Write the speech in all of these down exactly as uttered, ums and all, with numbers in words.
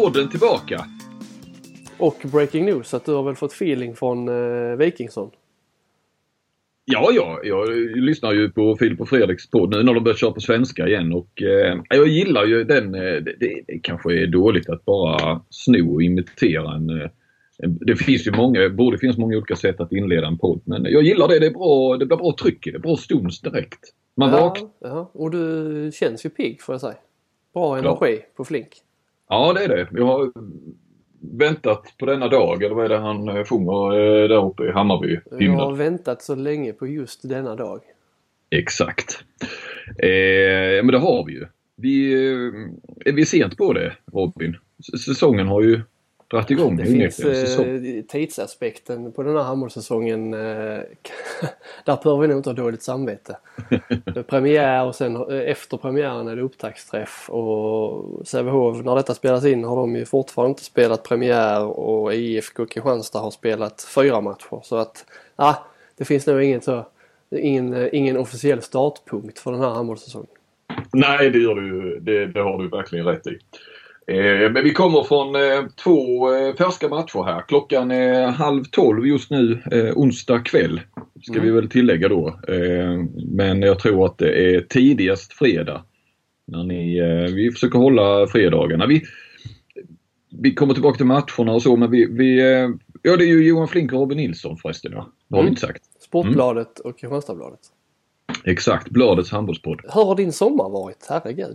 podden tillbaka. Och breaking news, att du har väl fått feeling från eh, Wikingsson? Ja, ja, jag lyssnar ju på Filip och Fredriks podd nu när de börjar köra på svenska igen. Och eh, jag gillar ju den, eh, det, det, det kanske är dåligt att bara sno och imitera en... Eh, det finns ju många, borde finnas många olika sätt att inleda en podd. Men jag gillar det, det är bra, det blir bra tryck i det, bra stons direkt. Man ja, vaknar. Ja, och du känns ju pigg får jag säga. Bra energi ja. På flink. Ja, det är det. Jag har väntat på denna dag, eller vad är det han sjunger där uppe i Hammarby? Jag har väntat så länge på just denna dag. Exakt. Eh, men det har vi ju. Vi, är vi sent på det, Robin? Säsongen har ju dragit igång. Det finns eh, tidsaspekten på den här handbollssäsongen. Eh, där bör vi nog inte ha dåligt samvete. Premiär och sen eh, efter premiären är det upptaktsträff. Och Sävehof, när detta spelas in, har de ju fortfarande inte spelat premiär. Och I F K Kristianstad har spelat fyra matcher. Så att ah, det finns nog inget så, ingen, ingen officiell startpunkt för den här handbollssäsongen. Nej, det gör du, det, det har du verkligen rätt i. Eh, men vi kommer från eh, två eh, färska matcher här. Klockan är halv tolv just nu, eh, onsdag kväll. Ska mm. vi väl tillägga då. Eh, men jag tror att det är tidigast fredag. När ni, eh, vi försöker hålla fredagarna. Vi, vi kommer tillbaka till matcherna och så, men vi... vi eh, ja, det är ju Johan Flink och Robin Nilsson förresten, ja. Det har vi inte sagt. Sportbladet mm. och Kristianstadsbladet. Exakt, Bladets handbollspodd. Hur har din sommar varit? Herregud.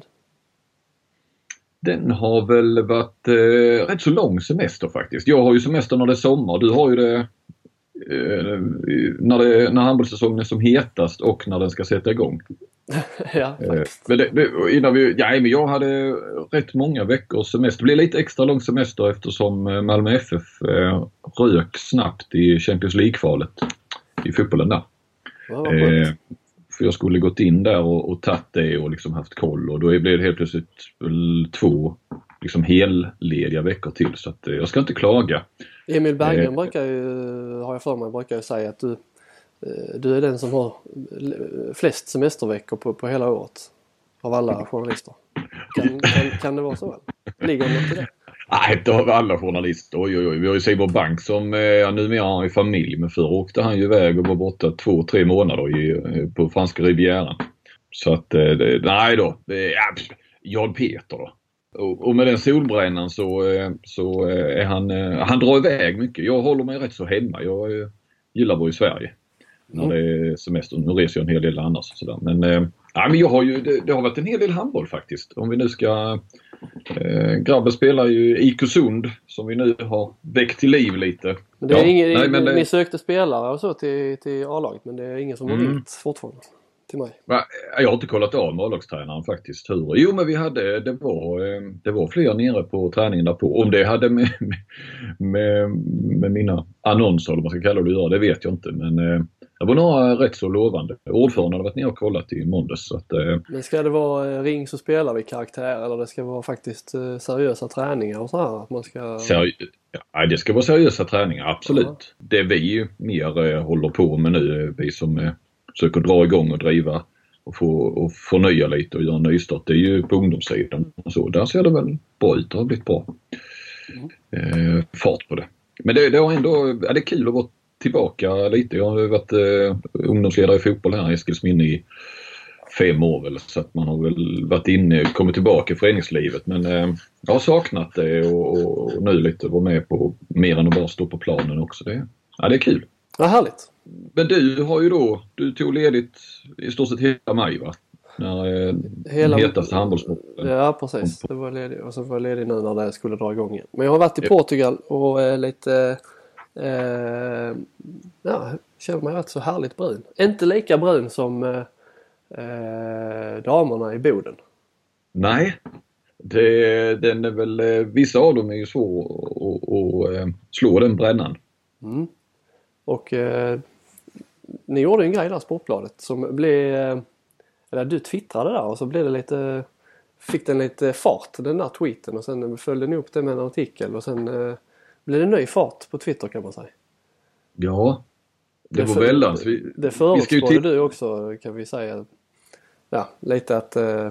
Den har väl varit eh, rätt så lång semester faktiskt. Jag har ju semester när det är sommar. Du har ju det eh, när, det, när handbollssäsongen är som hetast och när den ska sätta igång. ja, eh, men det, det, innan vi, ja, men jag hade rätt många veckors semester. Det blev lite extra lång semester eftersom Malmö F F eh, rök snabbt i Champions League-kvalet i fotbollen där. Ja, eh, för jag skulle gått in där och, och tagit det och liksom haft koll. Och då blev det helt plötsligt två liksom hellediga veckor till. Så att, jag ska inte klaga. Emil Berggren eh, brukar ju, har jag för mig, brukar ju säga att du, du är den som har flest semesterveckor på, på hela året. Av alla journalister. Kan, kan, kan det vara så? Ligger det till det? Nej, inte av alla journalister. Oj, oj, oj. Vi har ju Sibor Bank som ja, numera har en familj. Men förr åkte han ju iväg och var borta två, tre månader i, på franska rivieran. Så att, det, nej då. Ja, Jan Peter då. Och, och med den solbrännan så, så är han, han drar iväg mycket. Jag håller mig rätt så hemma. Jag gillar vår i Sverige. När det är semester. Nu reser jag en hel del annars. Och sådär. Men, ja, men jag har ju, det, det har varit en hel del handboll faktiskt. Om vi nu ska... Eh, grabben spelar ju I K Sund som vi nu har väckt till liv lite. Men det är ja, ingen, nej, men ni det... sökte spelare och så till, till A-laget, men det är ingen som har mm. ringt fortfarande till mig. Jag har inte kollat av med A-lagstränaren faktiskt. Hur? Jo, men vi hade, det var, det var fler nere på träningen därpå. Om det hade med, med, med mina annonser eller vad man ska kalla det att göra, det vet jag inte. Men det var några rätt så lovande. Ordförande hade varit nere och kollat i måndags. Så att, men ska det vara ring så spelar vi karaktär eller det ska vara faktiskt seriösa träningar och så här? Att man ska... Seri- ja, det ska vara seriösa träningar, absolut. Ja. Det vi mer eh, håller på med nu, vi som eh, försöker dra igång och driva och, få, och förnya lite och göra en nystart, det är ju på ungdomssidan. Så där ser det väl bra ut, det har blivit bra mm. eh, fart på det. Men det, det har ändå, ja, det är kul att vara tillbaka lite. Jag har varit eh, ungdomsledare i fotboll här i Eskilsminne i fem år väl, så att man har väl varit inne, kommit tillbaka i föreningslivet, men eh, jag har saknat det och, och, och nu lite vara med på mer än att bara stå på planen också. Det, ja, det är kul. Ja, härligt. Men du har ju då, du tog ledigt i stort sett hela maj va? När eh, hela hetaste handbollssporten. Ja, precis. Det var ledig och så var jag ledig nu när det skulle dra igång igen. Men jag har varit i ja. Portugal och eh, lite eh, ja, känner mig rätt så härligt brun. Inte lika brun som eh, Eh, damerna i Boden. Nej, det, den är väl, vissa av dem är ju svår att, att, att slå den brännan. Mm. Och eh, ni gjorde en grej där, Sportbladet, som blev, eller du twittrade där och så blev det lite, fick den lite fart, den där tweeten, och sen följde ni upp det med en artikel och sen eh, blev det ny fart på Twitter kan man säga. Ja. Det, det var för, väldans. Vi, det förutspådde t- du också kan vi säga ja, lite att uh,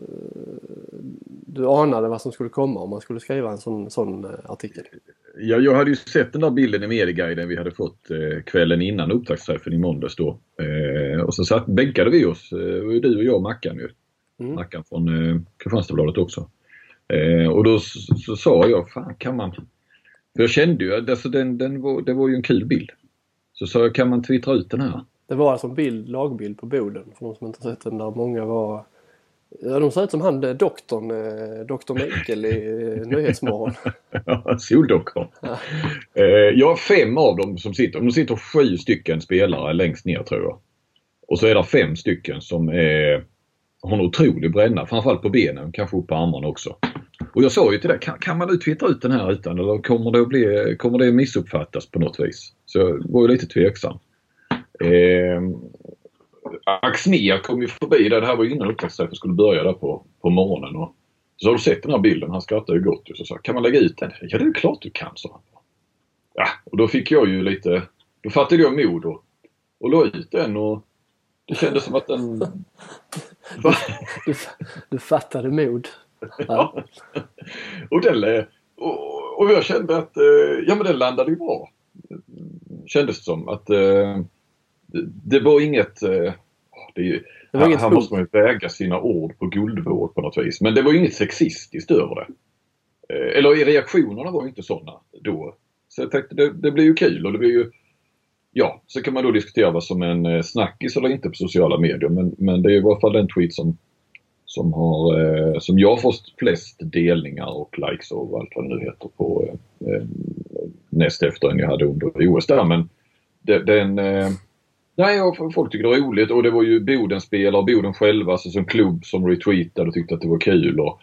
du anade vad som skulle komma om man skulle skriva en sån, sån uh, artikel. Ja, jag hade ju sett den där bilden i Medieguiden vi hade fått eh, kvällen innan upptaktsträffen i måndags då. Eh, och så satt, bänkade vi oss, eh, du och jag och Mackan ju. Mm. Mackan från eh, Kristianstadsbladet också. Eh, och då så, så sa jag, fan kan man... För jag kände ju, alltså den, den var, det var ju en kul bild. Så sa jag, kan man twittra ut den här? Det var alltså en bild, lagbild på Boden, för de som inte sett den där. Många var... Ja, de ser ut som han, doktorn, doktor Mikael i Nyhetsmorgon. Ja, soldoktorn. Ja. Eh, jag har fem av dem som sitter. De sitter sju stycken spelare längst ner tror jag. Och så är det fem stycken som är, har en otrolig bränna. Framförallt på benen, kanske upp på armarna också. Och jag sa ju till det, kan, kan man twittra ut den här utan? Eller kommer det, att bli, kommer det missuppfattas på något vis? Så jag var ju lite tveksam. Eh, Axnér kom ju förbi där. Det här var innan upptaktsträffen skulle börja där på, på morgonen. Och så har du sett den här bilden. Han skrattade ju gott. Och så sa, kan man lägga ut den? Ja, det är klart du kan, sa han. Ja, och då fick jag ju lite... Då fattade jag mod och, och la ut den och det kändes som att den... du, du fattade mod. Ja. och, den, och, och jag kände att ja, men den landade ju bra. Kändes det som att det var inget... Det är ju, det var inget här måste man ju väga sina ord på guldvåg på något vis. Men det var ju inget sexistiskt över det. Eller reaktionerna var ju inte sådana då. Så jag tänkte det, det blir ju kul och det blir ju... Ja, så kan man då diskutera vad som en snackis eller inte på sociala medier. Men, men det är i alla fall den tweet som, som, har, eh, som jag har fått flest delningar och likes och allt vad det nu heter på eh, näst efter än jag hade under O S där. Men det, den... Eh, nej, folk tycker det är roligt och det var ju Boden spelare och Boden själva alltså som klubb som retweetade och tyckte att det var kul. Och,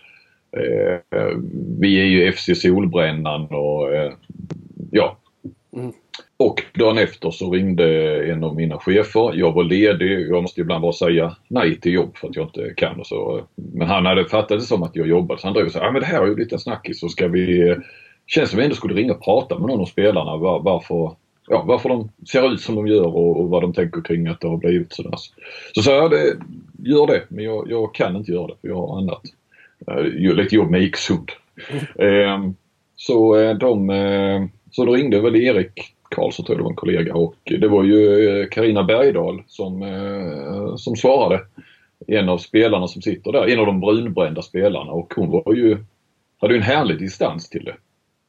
eh, vi är ju F C Solbrännan och eh, ja... Mm. Och dagen efter så ringde en av mina chefer. Jag var ledig. Jag måste ibland bara säga nej till jobb för att jag inte kan. Och så. Men han hade fattat det som att jag jobbade. Så han drev och sa, ja men det här är ju lite en snackis. Så ska vi... Känns som vi ändå skulle ringa och prata med någon av spelarna. Var, varför, ja, varför de ser ut som de gör och, och vad de tänker kring att det har blivit sådär. Så sa jag, det, gör det. Men jag, jag kan inte göra det för jag har annat. Jag gör lite jobb med Iksund. Mm. Eh, så de... Eh, så då ringde väl Erik Karlsson, tror jag det var en kollega, och det var ju Carina Bergdahl som, eh, som svarade. En av spelarna som sitter där, en av de brunbrända spelarna, och hon var ju, hade ju en härlig distans till det.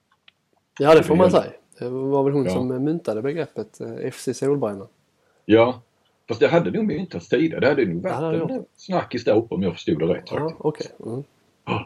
Ja, det får man säga. Det var väl hon ja. som myntade begreppet F C Solbrännan. Ja, fast det hade nog myntats tidigare. Det hade nog varit ja, en snackis där uppe om jag förstod det rätt. Ja, okej. Okay. Mm. Ja.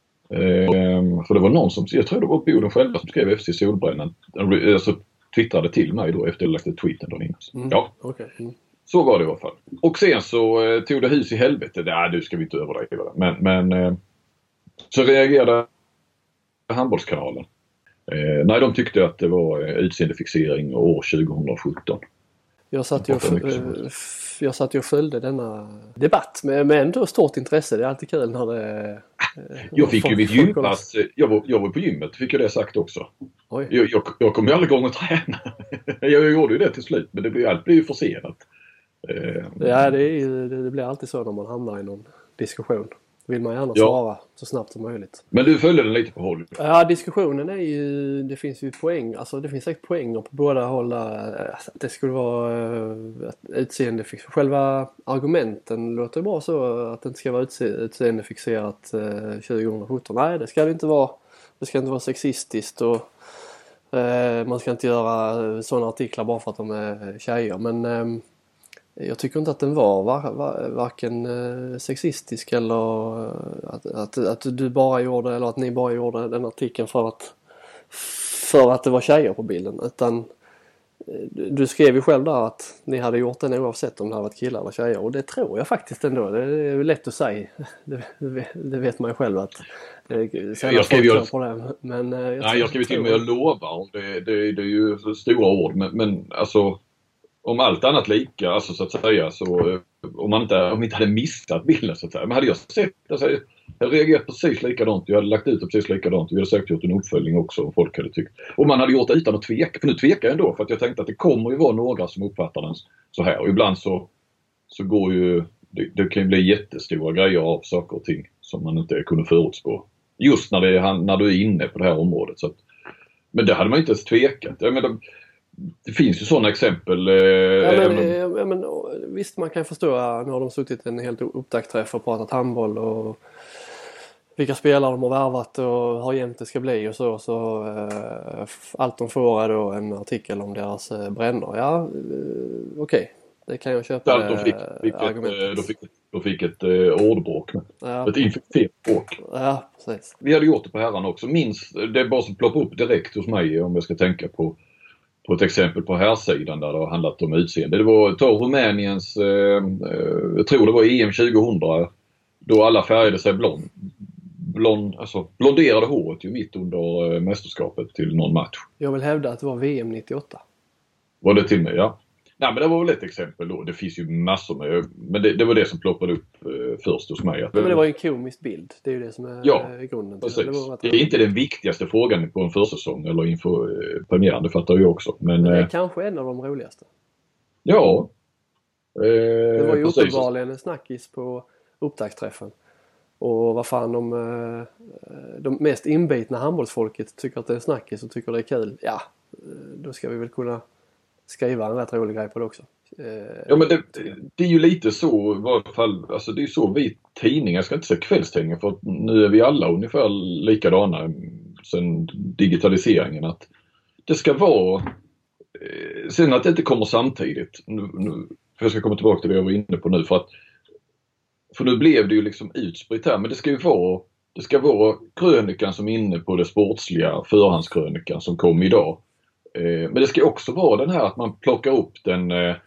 Ehm, för det var någon som, jag tror det var Boden själva som skrev F C Solbrännan. Alltså twittrade till mig då efter jag lagt ett tweeten då innan. Mm. Ja, okay. mm. Så var det i alla fall. Och sen så eh, tog det hus i helvete. Nej, nu ska vi inte överdriva det. Men, men eh, så reagerade handbollskanalen. Eh, nej, de tyckte att det var utseendefixering år tjugohundrasjutton. Jag satt ju och, f- jag satt ju och följde denna debatt med, med ändå stort intresse. Det är alltid kul när det... Jag fick ju mitt gympass. Jag var, jag var på gymmet, fick jag det sagt också. Oj. Jag, jag, jag kom ju aldrig igång att träna. Jag gjorde ju det till slut, men det blir, allt blir ju försenat. Ja, det, är ju, det blir alltid så när man hamnar i någon diskussion. Vill man gärna ja. svara så snabbt som möjligt. Men du följde den lite på håll? Ja, diskussionen är ju... Det finns ju poäng. Alltså det finns säkert poänger på båda håll. Att det skulle vara ett utseendefixerat. Själva argumenten låter bra så att det inte ska vara utse, utseendefixerat eh, tjugohundrasjutton. Nej, det ska det inte vara. Det ska inte vara sexistiskt och eh, man ska inte göra sådana artiklar bara för att de är tjejer. Men... Eh, jag tycker inte att den var var, var, varken eh, sexistisk eller eh, att, att, att du bara gjorde eller att ni bara gjorde den artikeln för att för att det var tjejer på bilden, utan eh, du skrev ju själv där att ni hade gjort den oavsett om det hade varit killar eller tjejer, och det tror jag faktiskt ändå. Det är lätt att säga. Det, det vet man ju själv att det, jag skrev ju på det, men eh, jag, nej, jag skrev till och med jag lovar. Det, det, det är ju stora ord, men, men alltså om allt annat lika, alltså så att säga, så om man inte, om inte hade missat bilden så att säga. Men hade jag sett, alltså, jag reagerat precis likadant, jag hade lagt ut det precis likadant, vi hade säkert gjort en uppföljning också om folk hade tyckt. Och man hade gjort det utan att tveka, för nu tvekar jag ändå, för att jag tänkte att det kommer ju vara några som uppfattar den så här. Och ibland så, så går ju det, det kan ju bli jättestora grejer av saker och ting som man inte kunde förutspå. Just när, det, när du är inne på det här området. Så att, men det hade man inte ens tvekat. Jag menar, det finns ju sådana exempel. Eh, ja, men, även... ja, men, visst, man kan förstå att nu har de suttit en helt upptaktsträff och pratat handboll och vilka spelare de har värvat och hur jämnt det ska bli och så. så eh, allt de får är då en artikel om deras eh, brännor. Ja, eh, okej. Okay. Det kan jag köpa. Ja, de fick, fick ett, de fick ett, de fick ett uh, ordbråk med. Ja. Ett infekterat bråk. Ja, precis. Vi hade gjort det på herrarna också. Minst, det är bara som ploppar upp direkt hos mig om jag ska tänka på, på ett exempel på herrsidan där det har handlat om utseende. Det var ta Rumäniens, uh, uh, jag tror det var E M tjugohundra, då alla färgade sig blond. Blond, alltså blonderade håret ju mitt under uh, mästerskapet till någon match. Jag vill hävda att det var V M nittioåtta. Var det till mig, ja. Nej, men det var väl ett exempel då. Det finns ju massor med. Men det, det var det som ploppade upp eh, först hos mig. Att, ja, men det var ju en komisk bild. Det är ju det som är ja, grunden. Precis. Det, var att det är inte den viktigaste frågan på en försäsong eller inför eh, premiären. Det fattar jag också. Men, men det är eh, kanske en av de roligaste. Ja. Eh, det var ju uppenbarligen en snackis på upptaktsträffen. Och vad fan de, de mest inbitna handbollsfolket tycker att det är snackis och tycker det är kul. Ja, då ska vi väl kunna skriva en rätt rolig grej på det också. Ja, men det, det är ju lite så i varje fall, alltså det är så vi tidningar, jag ska inte säga kvällstidningar, för nu är vi alla ungefär likadana sen digitaliseringen, att det ska vara sen att det inte kommer samtidigt. Nu, nu, för jag ska komma tillbaka till det jag var inne på nu, för att för nu blev det ju liksom utspritt här, men det ska ju vara det ska vara krönikan som är inne på det sportsliga, förhandskrönikan som kom idag. Men det ska också vara den här att man plockar upp den eh,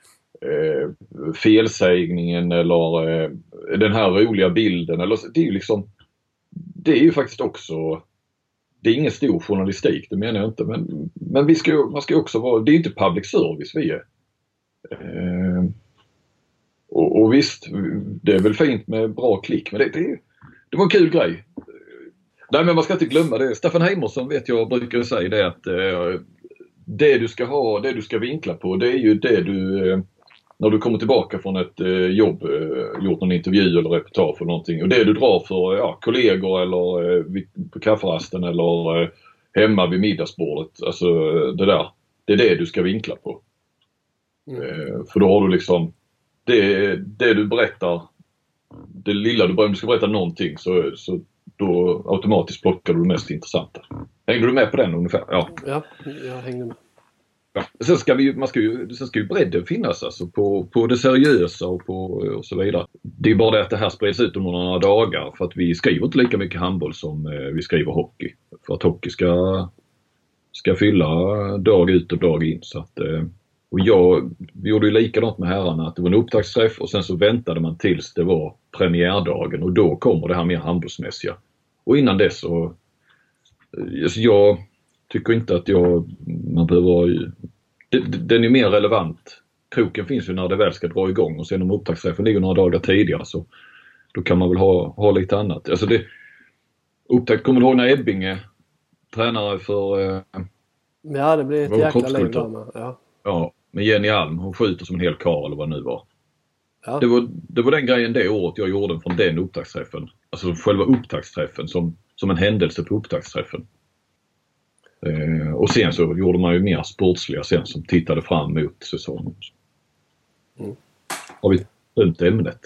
felsägningen eller eh, den här roliga bilden. Eller, det är ju liksom, det är ju faktiskt också, det är ingen stor journalistik, det menar jag inte. Men, men vi ska, man ska också vara, det är inte public service vi är. Eh, och, och visst, det är väl fint med bra klick, men det, det, det var en kul grej. Nej, men man ska inte glömma det. Staffan Heimersson vet jag brukar säga det att eh, det du ska ha, det du ska vinkla på, det är ju det du, eh, när du kommer tillbaka från ett eh, jobb, eh, gjort någon intervju eller reportage eller någonting. Och det du drar för ja, kollegor eller eh, på kafferasten eller eh, hemma vid middagsbordet. Alltså det där, det är det du ska vinkla på. Mm. Eh, för då har du liksom, det, det du berättar, det lilla du bara, om du ska berätta någonting så, så då automatiskt plockar du det mest intressanta. Hängde du med på den ungefär? Ja, ja jag hängde med. Ja. Sen ska vi man ska ju, sen ska ju bredden finnas alltså på, på det seriösa och på och så vidare. Det är bara det att det här spreds ut under några dagar för att vi skriver inte lika mycket handboll som eh, vi skriver hockey. För att hockey ska, ska fylla dag ut och dag in. Så att, eh, och jag, vi gjorde ju likadant med herrarna, att det var en upptaktsträff och sen så väntade man tills det var premiärdagen och då kommer det här mer handbollsmässiga. Och innan dess så, alltså jag tycker inte att jag, man behöver, det, den är mer relevant. Kroken finns ju när det väl ska dra igång och sen om upptaktsträffen ligger några dagar tidigare så då kan man väl ha, ha lite annat. Alltså det, upptakt, kommer du ihåg när Ebbinge tränare för eh, ja, det blir ett jäkla liv där med. Ja. Ja, med Jenny Alm, hon skjuter som en hel karl eller vad det nu var. Ja. Det var. Det var den grejen det året jag gjorde från den upptaktsträffen. Alltså själva upptaktsträffen som, som en händelse på upptaktsträffen. Eh, och sen så gjorde man ju mer sportsliga sen som tittade fram mot säsongen. Mm. Har vi tömt ämnet?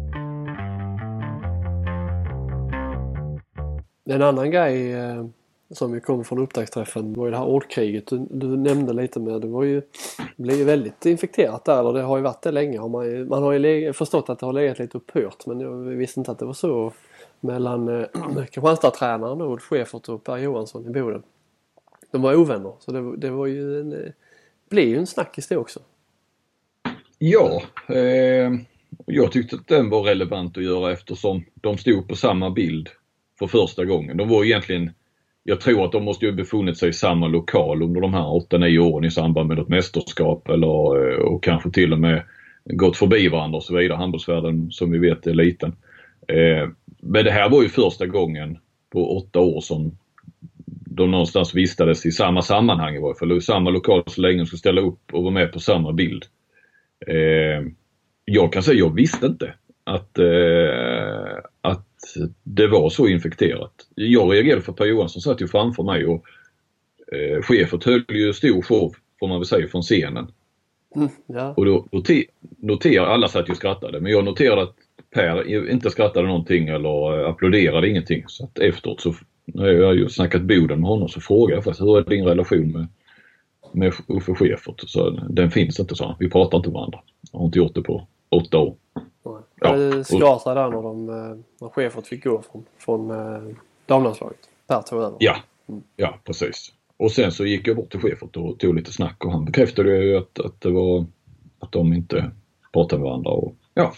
En annan grej eh, som ju kom från upptaktsträffen var ju det här ordkriget du, du nämnde lite med. Det var ju, det blev ju väldigt infekterat där, eller det har ju varit det länge. Har man, ju, man har ju le- förstått att det har legat lite upphört, men jag visste inte att det var så mellan eh, Kristianstad-tränaren och Schäfert och Per Johansson i Boden. De var ovänner, så det, det var ju en, blev ju en snackis det också. Ja, eh, jag tyckte att den var relevant att göra eftersom de stod på samma bild för första gången. De var egentligen, jag tror att de måste ju befunnit sig i samma lokal under de här åtta nio åren i samband med ett mästerskap eller och kanske till och med gått förbi varandra och så vidare. Handbollsvärlden som vi vet är liten. Eh, men det här var ju första gången på åtta år som de någonstans vistades i samma sammanhang i varje fall. I samma lokal så länge de skulle ställa upp och vara med på samma bild. Eh, jag kan säga jag visste inte att, eh, att det var så infekterat. Jag reagerade för Per Johansson satt ju framför mig och eh, chefen höll ju stor show, får man väl säga, från scenen. Mm, ja. Och då noter, noterade, alla satt ju och skrattade, men jag noterade att Per inte skrattade någonting eller applåderade ingenting. Så att efteråt så, när jag ju snackat Boden med honom, så frågade jag faktiskt, hur är din relation med, med Uffe Schäfert? Så den finns inte, så vi pratar inte med varandra. Jag har inte gjort det på åtta år. Nej. Ja, det skar sig där när, de, när Schäfert fick gå från, från eh, damlandslaget. Per tog över. Ja, mm. ja, precis. Och sen så gick jag bort till Schäfert och tog lite snack, och han bekräftade ju att, att det var att de inte pratade med varandra och ja.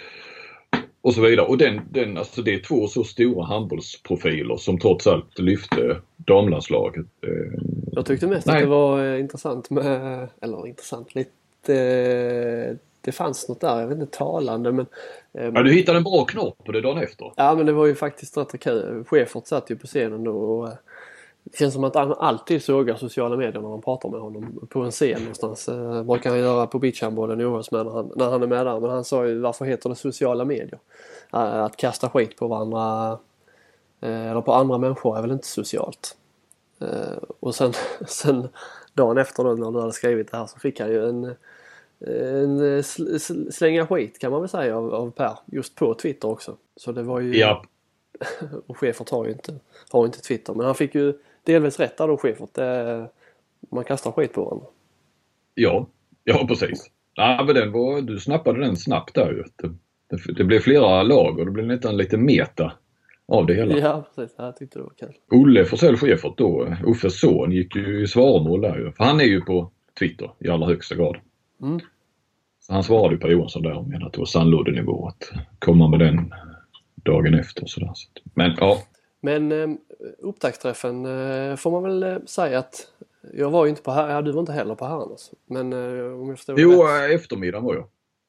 Och så vidare. Och den, den, alltså det är två så stora handbollsprofiler som trots allt lyfte damlandslaget. Jag tyckte mest Nej. att det var intressant med, eller intressant, lite, det fanns något där, jag vet inte, talande, men... Ja, du hittade en bra knopp på det dagen efter. Ja, men det var ju faktiskt rätt kul. Schäfert satt ju på scenen då och det känns som att han alltid sågar sociala medier när man pratar med honom på en scen någonstans. Det brukar han göra på beachhandbollen i O S med när han, när han är med där. Men han sa ju, varför heter det sociala medier? Att kasta skit på varandra eller på andra människor är väl inte socialt. Och sen, sen dagen efter då, när du hade skrivit det här, så fick han ju en, en slänga skit, kan man väl säga, av, av Per. Just på Twitter också. Så det var ju... Ja. Och Schäfert har ju inte, har inte Twitter. Men han fick ju delvis rätt där då, Schäfert. Det, man kastar skit på honom. Ja, ja precis. Ja, men den var, du snappade den snabbt där ju. Det, det, det blev flera lag och det blev nästan lite meta av det hela. Ja, precis. Jag tyckte det var kul. Olle Forsell Schäfert då, Uffes son, gick ju i svarmål där ju. För han är ju på Twitter i allra högsta grad. Mm. Så han svarade ju Per Johansson där och menade att det var sandlådenivå att komma med den dagen efter och sådär. Men ja. Men eh, upptaktsträffen eh, får man väl eh, säga att jag var ju inte på här, ja, du var inte heller på Herrarnas. Men eh, om jag förstår Jo, rätt. Eftermiddagen var jag.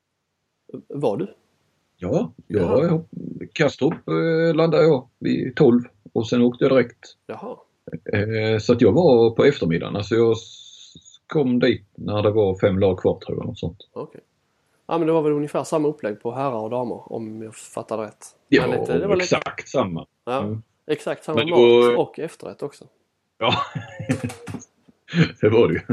Var du? Ja, jag, jag Kastrup eh, landade jag vid tolv och sen åkte jag direkt. Jaha. Eh, så att jag var på eftermiddagen. Alltså jag kom dit när det var fem lag kvar, tror jag, något sånt. Okej. Okay. Ja, men det var väl ungefär samma upplägg på herrar och damer, om jag fattade rätt. Ja, lite, det var exakt lite... samma. Ja, mm. exakt samma men mat var... och efterrätt också. Ja, det var det ju.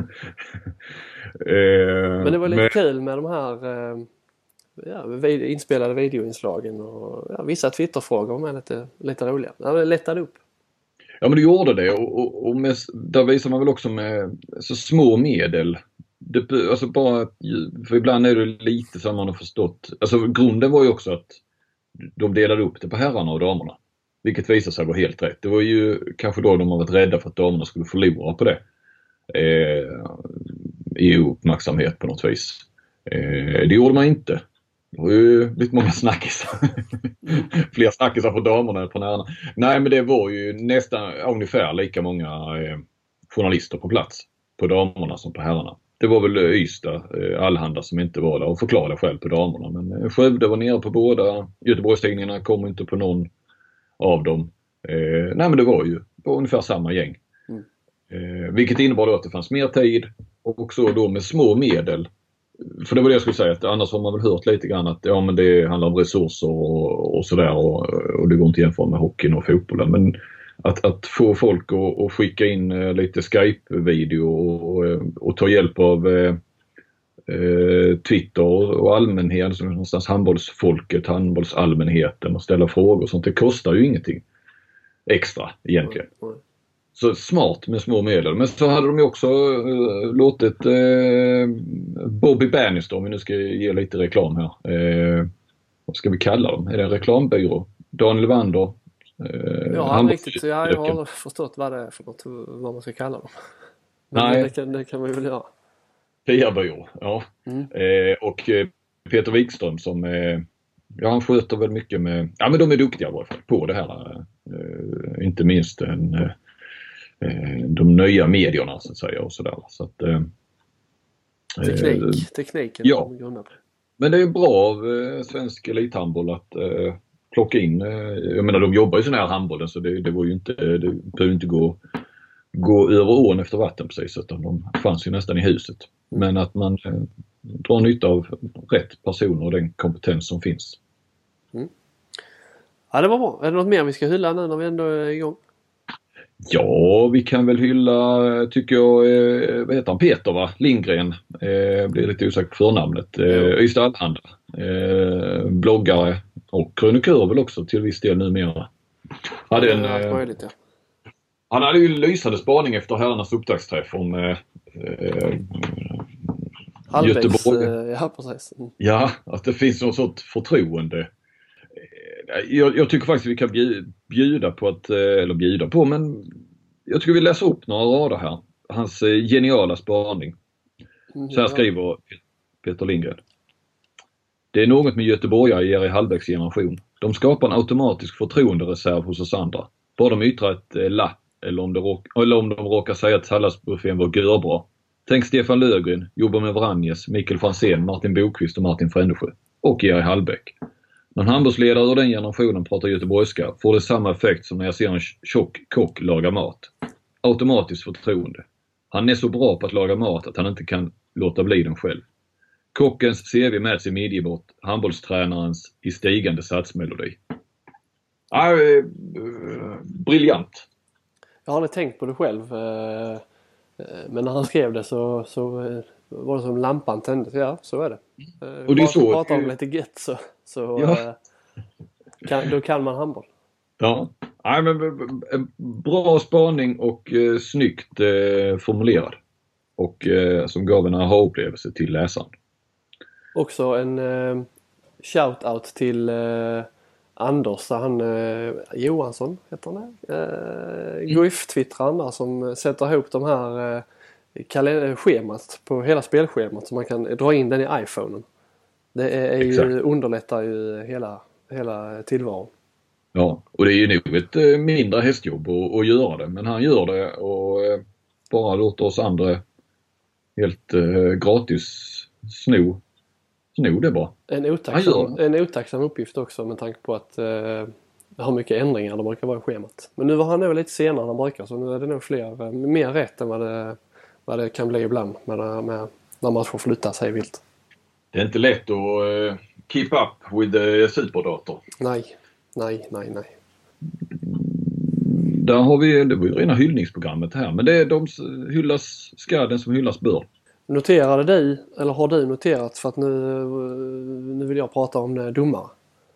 eh, men det var lite men... kul med de här eh, ja, inspelade videoinslagen och ja, vissa Twitterfrågor med lite, lite roliga. Ja, det lättade upp. Ja, men det gjorde det och, och, och med, där visar man väl också med så små medel. Det, alltså bara, för ibland är det lite som man har förstått. Alltså grunden var ju också att de delade upp det på herrarna och damerna. Vilket visade sig vara helt rätt. Det var ju kanske då de har varit rädda för att damerna skulle förlora på det. Eh, I uppmärksamhet på något vis. Eh, det gjorde man inte. Det var ju lite många snackisar. Fler snackisar på damerna än på herrarna. Nej, men det var ju nästan ungefär lika många eh, journalister på plats på damerna som på herrarna. Det var väl Ystad, eh, Allhanda som inte var där och förklarade själv på damerna. Men eh, Skövde var nere på båda. Göteborgstidningarna kom inte på någon av dem. Eh, nej, men det var ju på ungefär samma gäng. Mm. Eh, vilket innebar då att det fanns mer tid och också då med små medel. För det var det jag skulle säga, att annars har man väl hört lite grann att ja, men det handlar om resurser och, och sådär och, och det går inte jämfört med hockeyn och fotbollen. Men att, att få folk att, att skicka in eh, lite Skype-video och, och, och ta hjälp av eh, eh, Twitter och allmänhet, någonstans handbollsfolket, handbollsallmänheten och ställa frågor och sånt, det kostar ju ingenting extra egentligen. Mm. Mm. Så smart med små medel. Men så hade de ju också uh, låtit uh, Bobby Bannister, om vi nu ska ge lite reklam här. Uh, vad ska vi kalla dem? Är det en reklambyrå? Daniel Wander. Uh, ja, riktigt. Ja, jag har förstått vad det är för något, vad man ska kalla dem. Men Nej. Det kan, det kan man väl göra. P R-byrå, ja. Mm. Uh, och uh, Peter Wikström som uh, ja, han sköter väl mycket med, ja men de är duktiga i alla fall på det här. Uh, inte minst en uh, de nya medierna så att säga och sådär. Så att, eh, Teknik, eh, tekniken. Ja, men det är bra av eh, svensk elithandboll att eh, plocka in, eh, jag menar de jobbar ju sån här handbollen så det, det var ju inte, det behöver inte gå, gå över ån efter vatten precis, utan de fanns ju nästan i huset. Men att man eh, drar nytta av rätt personer och den kompetens som finns. Ja, det var bra. Är det något mer vi ska hylla nu när vi ändå är igång? Ja, vi kan väl hylla, tycker jag, eh, vad heter han? Peter va? Lindgren. Eh, blir lite osäker på förnamnet. Eh, Ystad Allehanda. Eh, bloggare och krönikör väl också till viss del numera. Hade en, ja, eh, möjligt, ja. Han hade ju lysande spaning efter herrarnas upptaktsträff om eh, eh, Halvvägs, Göteborg. eh, ja, precis. Mm. Ja, att det finns något sånt förtroende. Jag, jag tycker faktiskt vi kan bjuda på att, eller bjuda på, men jag tycker vi läser upp några rader här. Hans geniala spaning. Så här skriver Peter Lindgren. Det är något med göteborgare i Jerry Hallbäcks generation. De skapar en automatisk förtroendereserv hos oss andra. Bara de yttrar ett eh, la, eller om, det råk, eller om de råkar säga att salladsbuffén var görbra. Tänk Stefan Löfgren, jobbar med Vranjes, Mikael Franzén, Martin Bokvist och Martin Frändesjö. Och Jerry Hallbäck. När en handbollsledare ur den generationen pratar göteborgska får det samma effekt som när jag ser en tjock kock laga mat. Automatiskt förtroende. Han är så bra på att laga mat att han inte kan låta bli den själv. Kockens C V mäts i midjebott, handbollstränarens i stigande satsmelodi. Ja, äh, briljant. Jag har aldrig tänkt på det själv. Men när han skrev det så, så var det som lampan tändes. Ja, så är det. Och det är så. Pratar om lite gett så, så ja. kan, då kan man handboll. Ja, nej, men bra spaning och eh, snyggt eh, formulerad. Och eh, som gav en aha-upplevelse till läsaren. Också en eh, shout-out till eh, Anders, han eh, Johansson heter han det? Eh, mm. Guif-twittraren där som sätter ihop de här eh, kalender- schemat på hela spelschemat så man kan dra in den i iPhonen. Det är, är ju, underlättar ju hela, hela tillvaron. Ja, och det är ju nog ett eh, mindre hästjobb att, att göra det, men han gör det och eh, bara låter oss andra helt eh, gratis sno sno det bara. En otacksam, en otacksam uppgift också med tanke på att eh, det har mycket ändringar det brukar vara i schemat. Men nu var han nog lite senare än han brukar så nu är det nog fler, mer rätt än vad det, vad det kan bli ibland med, med, när man får flytta sig vilt. Det är inte lätt att uh, keep up with the superdator. Nej, nej, nej, nej. Där har vi, det var ju rena hyllningsprogrammet här, men det är de hyllas skaden som hyllas bör. Noterade du, eller har du noterat, för att nu, nu vill jag prata om domare.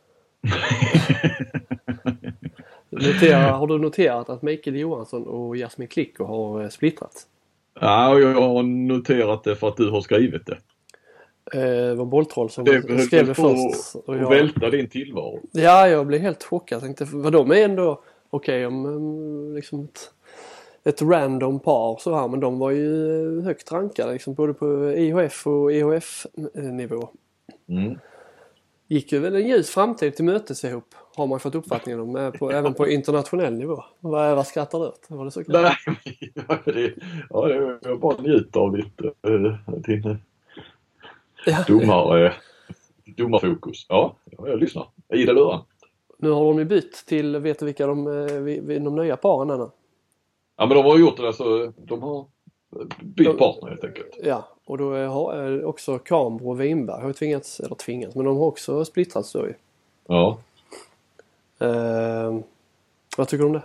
Notera, har du noterat att Mikael Johansson och Jasmin Klicko har splittrat? Ja, jag har noterat det för att du har skrivit det. Det var Bolltroll som det skrev det först. Och, jag, och välta din tillvaro. Ja, jag blev helt chockad. Jag tänkte, vad de är ändå okej okay, om liksom ett, ett random par så här, men de var ju högt rankade liksom, både på I H F och E H F-nivå. Mm. Gick ju väl en ljus framtid till mötes ihop, har man fått uppfattningen om, på, även på internationell nivå. Vad, vad skrattar du åt? Var det så klart? Nej, det, ja, det, jag bara njuter av ditt, äh, din ja. domar, äh, domarfokus. Ja, jag lyssnar. Ida luren. Nu har de ju bytt till, vet du vilka de, de nya paren är nu? Ja, men de har gjort det så de har bytt de, partner helt enkelt. Ja, och då har också Kambro och Winberg har tvingats, eller tvingats, men de har också splittrats då ju. Ja. Uh, vad tycker du om det?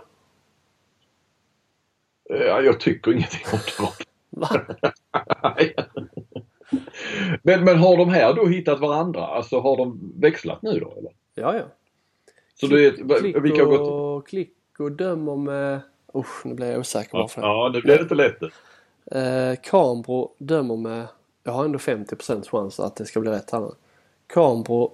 Ja, jag tycker ingenting om det. Va? men, men har de här då hittat varandra? Alltså har de växlat nu då? Eller? Ja, ja. Så klick, det är, klick, vilka och, gått... klick och dömer med... Usch, nu blir jag osäker. Ja, ja, det blir inte lätt. Eh, Kambro dömer med... Jag har ändå femtio procent chans att det ska bli rätt här nu. Kambro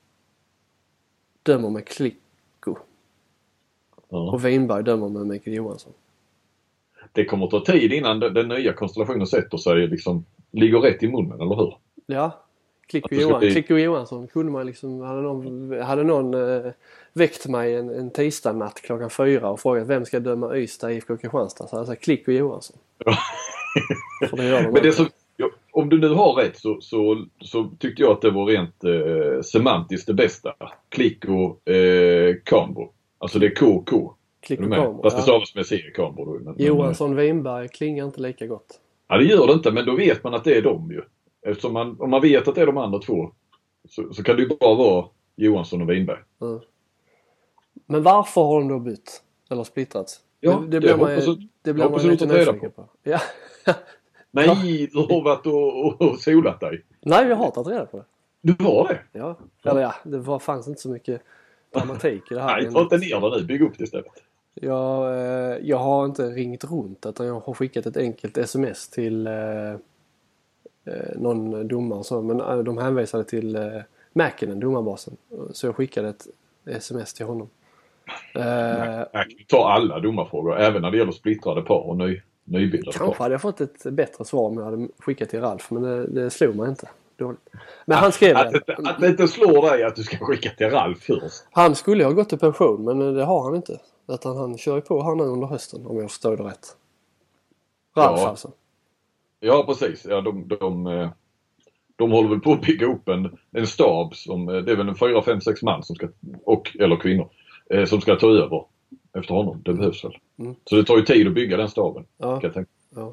dömer med Klicko. Ja. Och Winberg dömer med Mikael Johansson. Det kommer att ta tid innan den, den nya konstellationen sätter sig liksom, ligger rätt i munnen, eller hur? Ja. Klicko Johan, bli... Johansson kunde man liksom, hade någon, hade någon eh, väckt mig en, en tisdag natt klockan fyra och frågat vem ska döma Ystad, I F K Kristianstad, så alltså Klicko Johansson. För det gör de. Men det som, ja, om du nu har rätt så, så, så tyckte jag att det var rent eh, semantiskt det bästa. Klicko eh, Kambro. Alltså det är K K. Klicko Kambro. Fast det stavas med C Kambro då. Men, Johansson Winberg klingar inte lika gott. Ja, det gör det inte, men då vet man att det är dem ju. Eftersom man, om man vet att det är de andra två så, så kan det ju bara vara Johansson och Winberg. Mm. Men varför har de då bytt? Eller splittrats? Ja, det, det blir det man, hoppas, det blir man lite nyfiken på. på. Ja. Nej, du har varit och, och, och solat dig. Nej, jag har tagit reda på det. Du var det? Ja, eller ja, det var, fanns inte så mycket dramatik i det här. Nej, ta inte ner det nu. Bygg upp det istället. Jag, eh, jag har inte ringt runt utan jag har skickat ett enkelt sms till eh, någon domare. Så, men eh, de hänvisade till eh, Mäkinen, domarbasen. Så jag skickade ett sms till honom. Eh, Nej, ta alla domarfrågor, även när det gäller splittrade par och ny, nybildade kanske par. hade jag fått ett bättre svar om jag hade skickat till Ralf, men det, det slog mig inte. Dåligt. Men han skrev att, att, att det inte slår dig att du ska skicka till Ralf först. Han skulle ha gått i pension, men det har han inte. Utan han kör ju på här nu under hösten, om jag förstår det rätt. Ralf ja. alltså. Ja, precis. Ja, de, de, de, de håller väl på att bygga upp en, en stab som, det är väl en fyra, fem, sex man som ska, och, eller kvinnor, som ska ta över efter honom. Det behövs väl. Mm. Så det tar ju tid att bygga den staben. Ja. Kan jag tänka. Ja.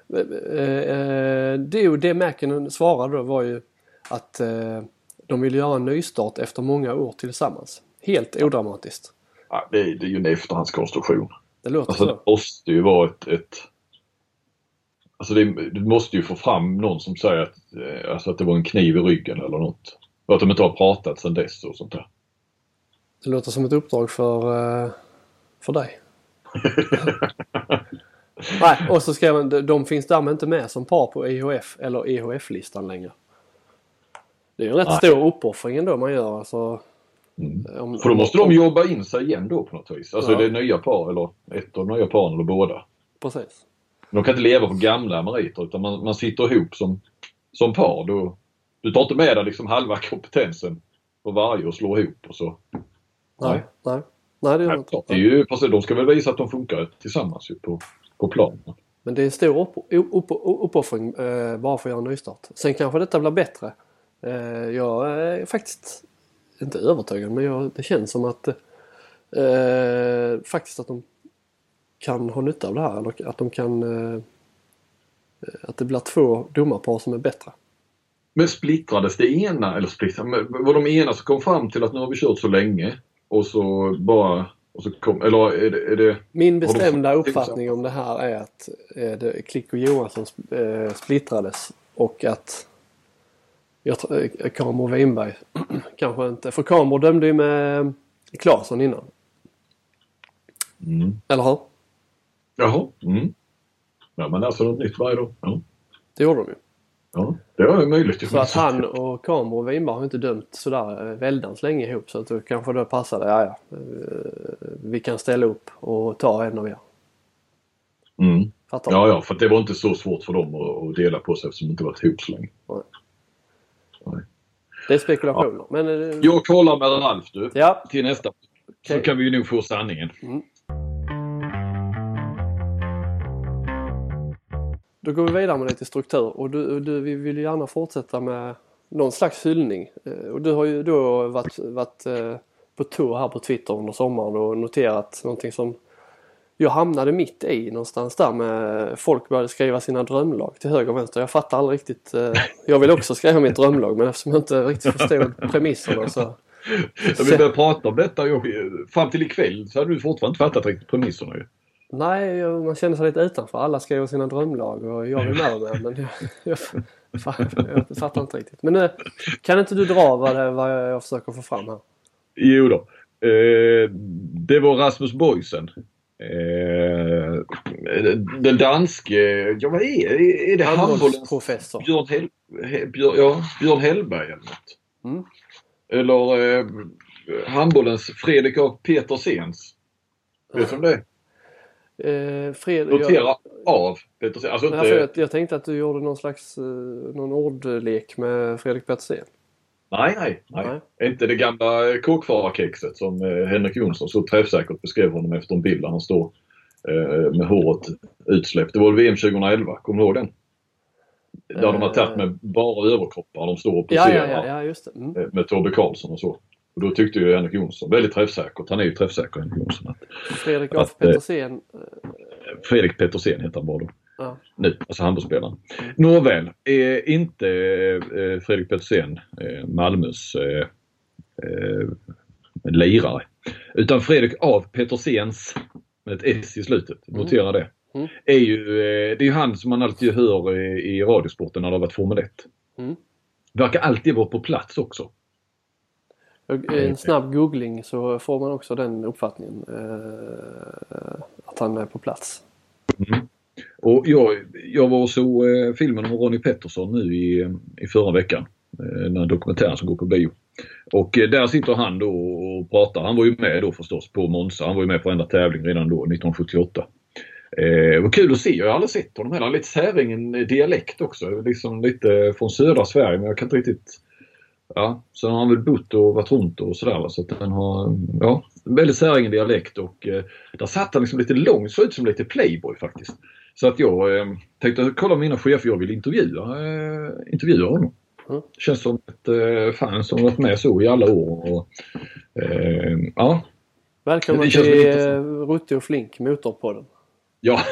Det, det Mäkinen svarade då var ju att de vill göra en nystart efter många år tillsammans. Helt odramatiskt. Ja, det, är, det är ju en efterhandskonstruktion. Det låter alltså, så. Det måste ju vara ett... ett alltså det, du måste ju få fram någon som säger att, alltså att det var en kniv i ryggen eller något. Och att de inte har pratat sedan dess och sånt där. Det låter som ett uppdrag för, för dig. Nej, och så skrev man, de finns därmed inte med som par på E H F eller E H F-listan längre. Det är ju en rätt Nej. stor uppoffring ändå man gör. Alltså, mm. om, För då måste om, de jobba in sig igen då på något vis. Alltså ja. Det är nya par eller ett av nya par eller båda. Precis. De kan inte leva på gamla meriter utan man, man sitter ihop som, som par. Då, du tar inte med dig liksom halva kompetensen på varje och slår ihop och så. Nej, nej. nej. nej det, är nej, det är ju, de ska väl visa att de funkar tillsammans ju på, på plan. Men det är en stor upp, upp, upp, uppoffring eh, bara för att göra en nystart. Sen kanske detta blir bättre. Eh, jag är faktiskt inte övertygad, men jag, det känns som att eh, faktiskt att de kan ha nytta av det här. Eller att de kan eh, att det blir två domarpar som är bättre. Men splittrades det ena, eller splittrades, var de ena som kom fram till att nu har vi kört så länge och så bara, och så kom, eller är det, är det min bestämda uppfattning om det här är att är det Klick och Johansson eh, splittrades och att jag tror Kamer och Winberg kanske inte, för Kamer dömde ju med Claesson innan. Mm. Eller hur? Jaha. Mm. Ja, men alltså något nytt varje dag. Ja. Det gjorde de ju. Ja, det var ju möjligt. Så att han och Kamer och Winberg har inte dömt sådär väldans länge ihop, så att det kanske då passade, ja ja, vi kan ställa upp och ta en av er. Mm. Ja, ja, för det var inte så svårt för dem att, att dela på sig eftersom de inte varit ihop så länge. Nej. Nej. Det är spekulationer. Ja. Men, jag kollar med Ralf du, ja. till nästa. Okay. Så kan vi ju nog få sanningen. Mm. Då går vi vidare med lite struktur och du, du, vi vill ju gärna fortsätta med någon slags hyllning. Och du har ju då varit, varit på tour här på Twitter under sommaren och noterat någonting som jag hamnade mitt i någonstans där med folk började skriva sina drömlag till höger och vänster. Jag fattar aldrig riktigt. Jag vill också skriva mitt drömlag, men eftersom jag inte riktigt förstod premisserna så... Jag vill börja prata om detta. Fram till ikväll så hade du fortfarande inte fattat riktigt premisserna ju. Nej, man känner sig lite utanför. Alla skriver sina drömlag och jag vill med med, men jag, jag, jag fattar inte riktigt. Men kan inte du dra vad, det, vad jag försöker få fram här? Jo då. Eh, det var Rasmus Boysen. Eh, den danske, ja vad är det? Är det handbollsprofessor? Björn, Hell, Björn, ja, Björn Hellberg eller något. Mm. Eller eh, handbollens Fredrik av Petersens. Vet du om det är? Eh, Fred, Notera jag, av Petersen. Alltså inte... jag, jag tänkte att du gjorde någon slags eh, någon ordlek med Fredrik Petersen. Nej, nej, nej, nej. Inte det gamla kåkfararkexet som eh, Henrik Jonsson så träffsäkert beskrev honom efter en bild där han står eh, med håret utsläppt. Det var V M tjugoelva, kommer du ihåg den? Där eh, de har tagit med bara överkroppar. De står och poserar ja, ja, ja, just det. Mm. med Tobbe Karlsson och så. Och då tyckte ju Henrik Jonsson, väldigt träffsäkert, han är ju träffsäker Henrik Jonsson. Att, Fredrik af Petersen. Fredrik Petersen heter han bara då. Ja. Nu, alltså handbollsspelaren. Mm. Nåväl, är inte eh, Fredrik Petersen eh, Malmös eh, eh, en lirare. Utan Fredrik av Petersens, med ett S i slutet, notera det. Mm. Är ju, det är ju han som man alltid hör i, i radiosporten när det har varit Formel ett. Mm. Verkar alltid vara på plats också. En snabb googling så får man också den uppfattningen eh, att han är på plats. Mm. Och jag, jag var och så eh, filmen om Ronnie Peterson nu i, i förra veckan. Eh, den dokumentären som går på bio. Och eh, där sitter han då och pratar. Han var ju med då förstås på Monza. Han var ju med på enda tävling redan då, nittonhundrasjuttioåtta. Eh, det var kul att se. Jag har aldrig sett honom heller. Lite säregen dialekt också. Liksom lite från södra Sverige, men jag kan inte riktigt... Ja, så har han väl bott och varit runt och sådär. Så att den har, ja, väldigt säregen dialekt. Och eh, där satt han liksom lite långt, så ut som lite playboy faktiskt. Så att jag eh, tänkte kolla mina chefer, jag vill intervjua, eh, intervjua honom. Mm. Det känns som ett eh, fan som varit med så i alla år. Och, eh, ja. Välkommen till eh, Rutte och Flink, Motorpodden. Ja,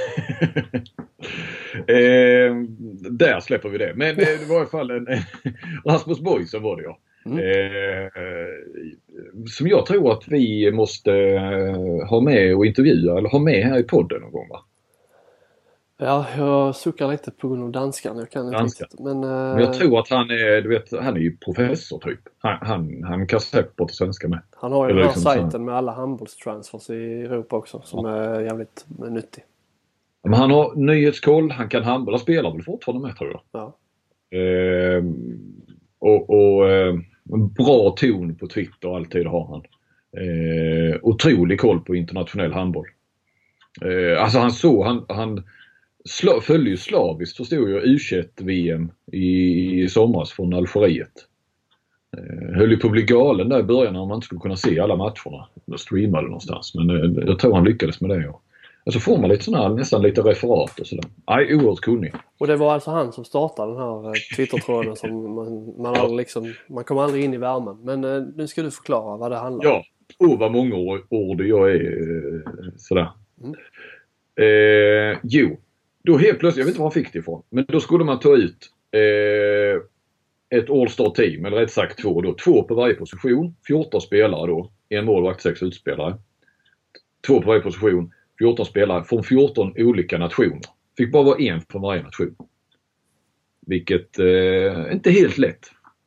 eh, där släpper vi det. Men eh, det var i alla fall en, en Rasmus Boysen var det ja. Mm. Eh, som jag tror att vi måste eh, ha med och intervjua eller ha med här i podden någon gång, va? Ja, jag suckar lite på grund av danskan. Jag kan inte riktigt, men, eh... men jag tror att han är, du vet, han är ju professor typ. Han, han, han kan säkert på svenska med. Han har ju den här liksom sajten så... med alla handbollstransfers i Europa också som ja. är jävligt nyttig. Men han har nyhetskoll, han kan handboll, han spelar väl fortfarande med tror jag. Ja. Eh, och och eh, en bra ton på Twitter alltid har han. Eh, otrolig koll på internationell handboll. Eh, alltså han så, han, han sla, följde ju slaviskt förstod jag U tjugoett-V M i, i somras från Algeriet. Eh, höll ju på att bli galen där i början när man inte skulle kunna se alla matcherna. Eller streamade någonstans, men eh, jag tror han lyckades med det ja. Så får man lite sådana här, nästan lite referat och sådär. Nej, oerhört kunnig. Och det var alltså han som startade den här Twitter-tråden som man, man, ja. liksom, man kommer aldrig in i värmen. Men eh, nu ska du förklara vad det handlar om. Ja, och vad många ord jag är sådär. Mm. Eh, jo, då helt plötsligt, jag vet inte var han fick det ifrån. Men då skulle man ta ut eh, ett All-Star team, eller rätt sagt två då. Två på varje position, fjorton spelare då. En målvakt, sex utspelare. Två på varje position. fjorton spelare från fjorton olika nationer. Fick bara vara en från varje nation. Vilket eh, inte helt lätt.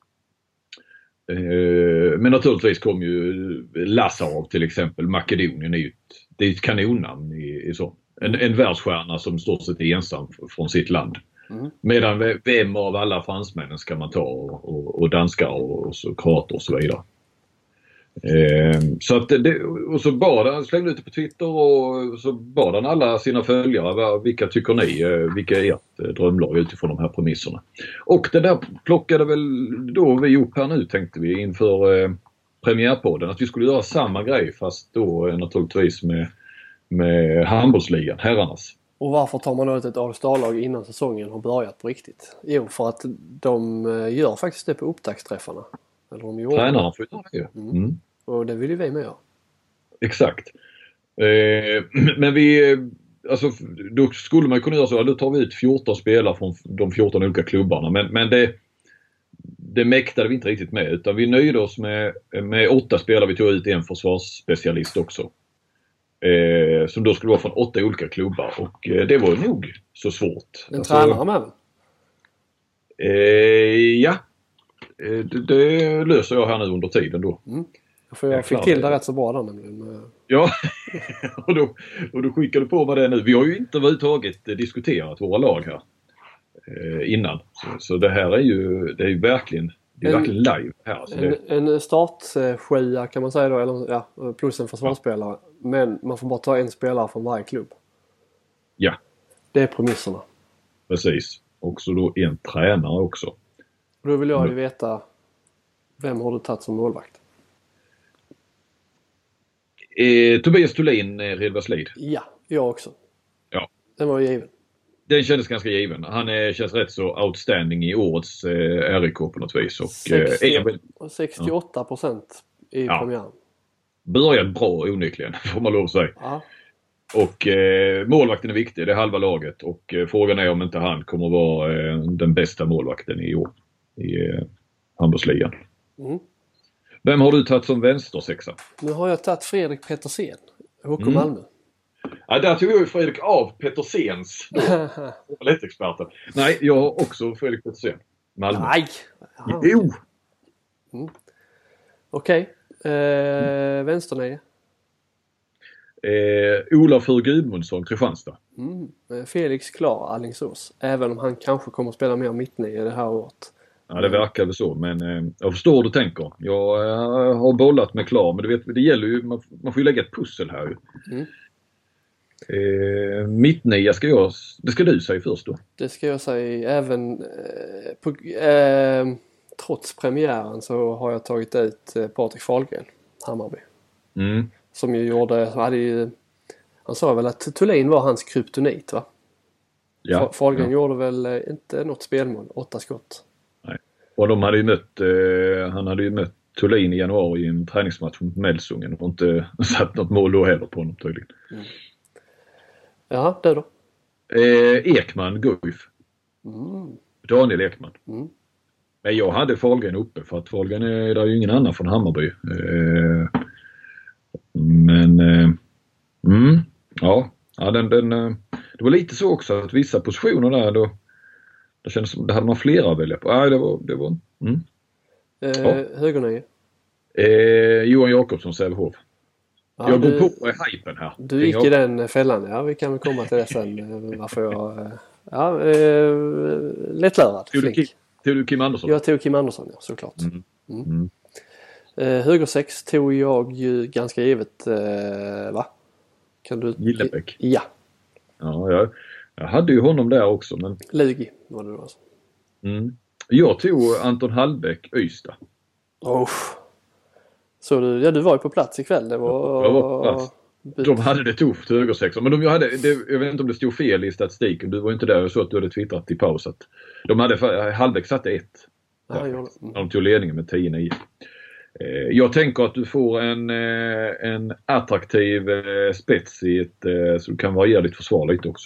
Eh, men naturligtvis kom ju Lazarov till exempel. Makedonien är ju ett, det är ett kanonnamn i, i så. En, en världsstjärna som står sig ensam från sitt land. Mm. Medan vem av alla fransmännen ska man ta och, och, och danskar och, och så kroater och så vidare. Eh, så att det, och så bad han, slängde ut det på Twitter och så bad han alla sina följare, vilka tycker ni, vilka är ert drömlag utifrån de här premisserna. Och det där plockade väl då vi upp här nu tänkte vi inför eh, premiärpodden att vi skulle göra samma grej fast då eh, naturligtvis med, med handbollsligan, herrarnas. Och varför tar man då ut ett All-Star-lag innan säsongen har börjat på riktigt? Jo, för att de gör faktiskt det på upptaktsträffarna. Eller de gjorde tränarna får göra det. Mm. Mm. Och det vill ju vi med göra. Exakt. Eh, men vi, alltså då skulle man kunna göra så att då tar vi ut fjorton spelare från de fjorton olika klubbarna. Men, men det, det mäktade vi inte riktigt med. Utan vi nöjde oss med, med åtta spelare. Vi tog ut en försvarsspecialist också. Eh, som då skulle vara från åtta olika klubbar. Och eh, det var nog så svårt. En alltså, tränare med? Eh, ja. Det, det löser jag här nu under tiden då. Mm. För jag, jag fick till det rätt så bra där nämligen. Ja, och, då, och då skickar du på med det nu. Vi har ju inte överhuvudtaget diskuterat våra lag här eh, innan. Så, så det här är ju, det är ju verkligen, det är en, verkligen live här. Så en, det... en startsjua kan man säga då, eller, ja, plus en försvarsspelare. Ja. Men man får bara ta en spelare från varje klubb. Ja. Det är premisserna. Precis. Och så då en tränare också. Och då vill jag ju veta, vem har du tagit som målvakt? Eh, Tobias Thulin, eh, Redbergslid. Ja, jag också. Ja. Den var given. Den kändes ganska given. Han eh, känns rätt så outstanding i årets eh, R I K på något vis. Och, sextio, eh, väl, sextioåtta procent ja. i premiären. Ja. Börjat bra onekligen, får man lov att säga. Ja. Och eh, målvakten är viktig, det är halva laget. Och eh, frågan är om inte han kommer att vara eh, den bästa målvakten i år. I eh, handbollsligan. Mm. Vem har du tagit som vänstersexa? Nu har jag tagit Fredrik Petersen. H K Mm. Malmö. Ja, där tog jag ju Fredrik av Petersens. Lite experten. Nej, jag har också Fredrik Petersen. Malmö. Nej! Ja, Jo! mm. Okej. Okay. Eh, vänsternio. Eh, Olof Hur Gudmundsson, Kristianstad. Mm. Felix Klar, Alingsås. Även om han kanske kommer att spela mer mittnio det här året. Ja, det verkar väl så, men eh, jag förstår vad du tänker. Jag eh, har bollat med Klar, men du vet, det gäller ju, man, man får ju lägga ett pussel här ju. Mm. Eh, mittnia ska jag, det ska du säga först då. Det ska jag säga även eh, på, eh, trots premiären så har jag tagit ut eh, Patrik Fahlgren, Hammarby. Mm. Som ju gjorde, hade ju, han sa väl att Thulin var hans kryptonit, va? Ja. Fahlgren ja. gjorde väl eh, inte något spelmål, åtta skott. Nej. Och de hade ju mött, eh, han hade ju mött Thulin i januari i en träningsmatch mot Melsungen och inte satt något mål då heller på honom tydligen. Mm. Ja, det då? Eh, Ekman, Guif. Mm. Daniel Ekman. Mm. Men jag hade Fahlgren uppe för att Fahlgren är, det är ju ingen annan från Hammarby. Eh, men eh, mm, ja, ja den, den, det var lite så också att vissa positioner där då det kändes som det hade man flera att välja på. Nej, det var, det var mm. eh, ja. Högernöje. Eh, Johan Jakobsson, Sävehof. Ja, jag du, går på i hypen här. Du gick i den fällan, ja. Vi kan väl komma till det sen. Varför jag... Ja, eh, lättlärad. Tog du, Kim, tog du Kim Andersson? Jag tog Kim Andersson, ja, såklart. Mm. Mm. Mm. Eh, höger sex tog jag ju ganska givet, eh, va? Kan du... Gillebäck. Ja. Ja, jag, jag hade ju honom där också, men... Lugi var det då alltså. Mm. Jag tog Anton Hallbäck, Ystad. Oh. Så du, ja, du var ju på plats ikväll. Det var... Jag var på plats. De hade det tufft, högersexor. Men de hade, det, jag vet inte om det stod fel i statistiken. Du var inte där. Jag såg att du hade twittrat i paus. Att de hade, Hallbäck satte ett. Ja, ja, mm. de tog ledningen med tio nio. Eh, jag tänker att du får en, eh, en attraktiv eh, spets i ett, eh, så du kan variera ditt försvar lite också.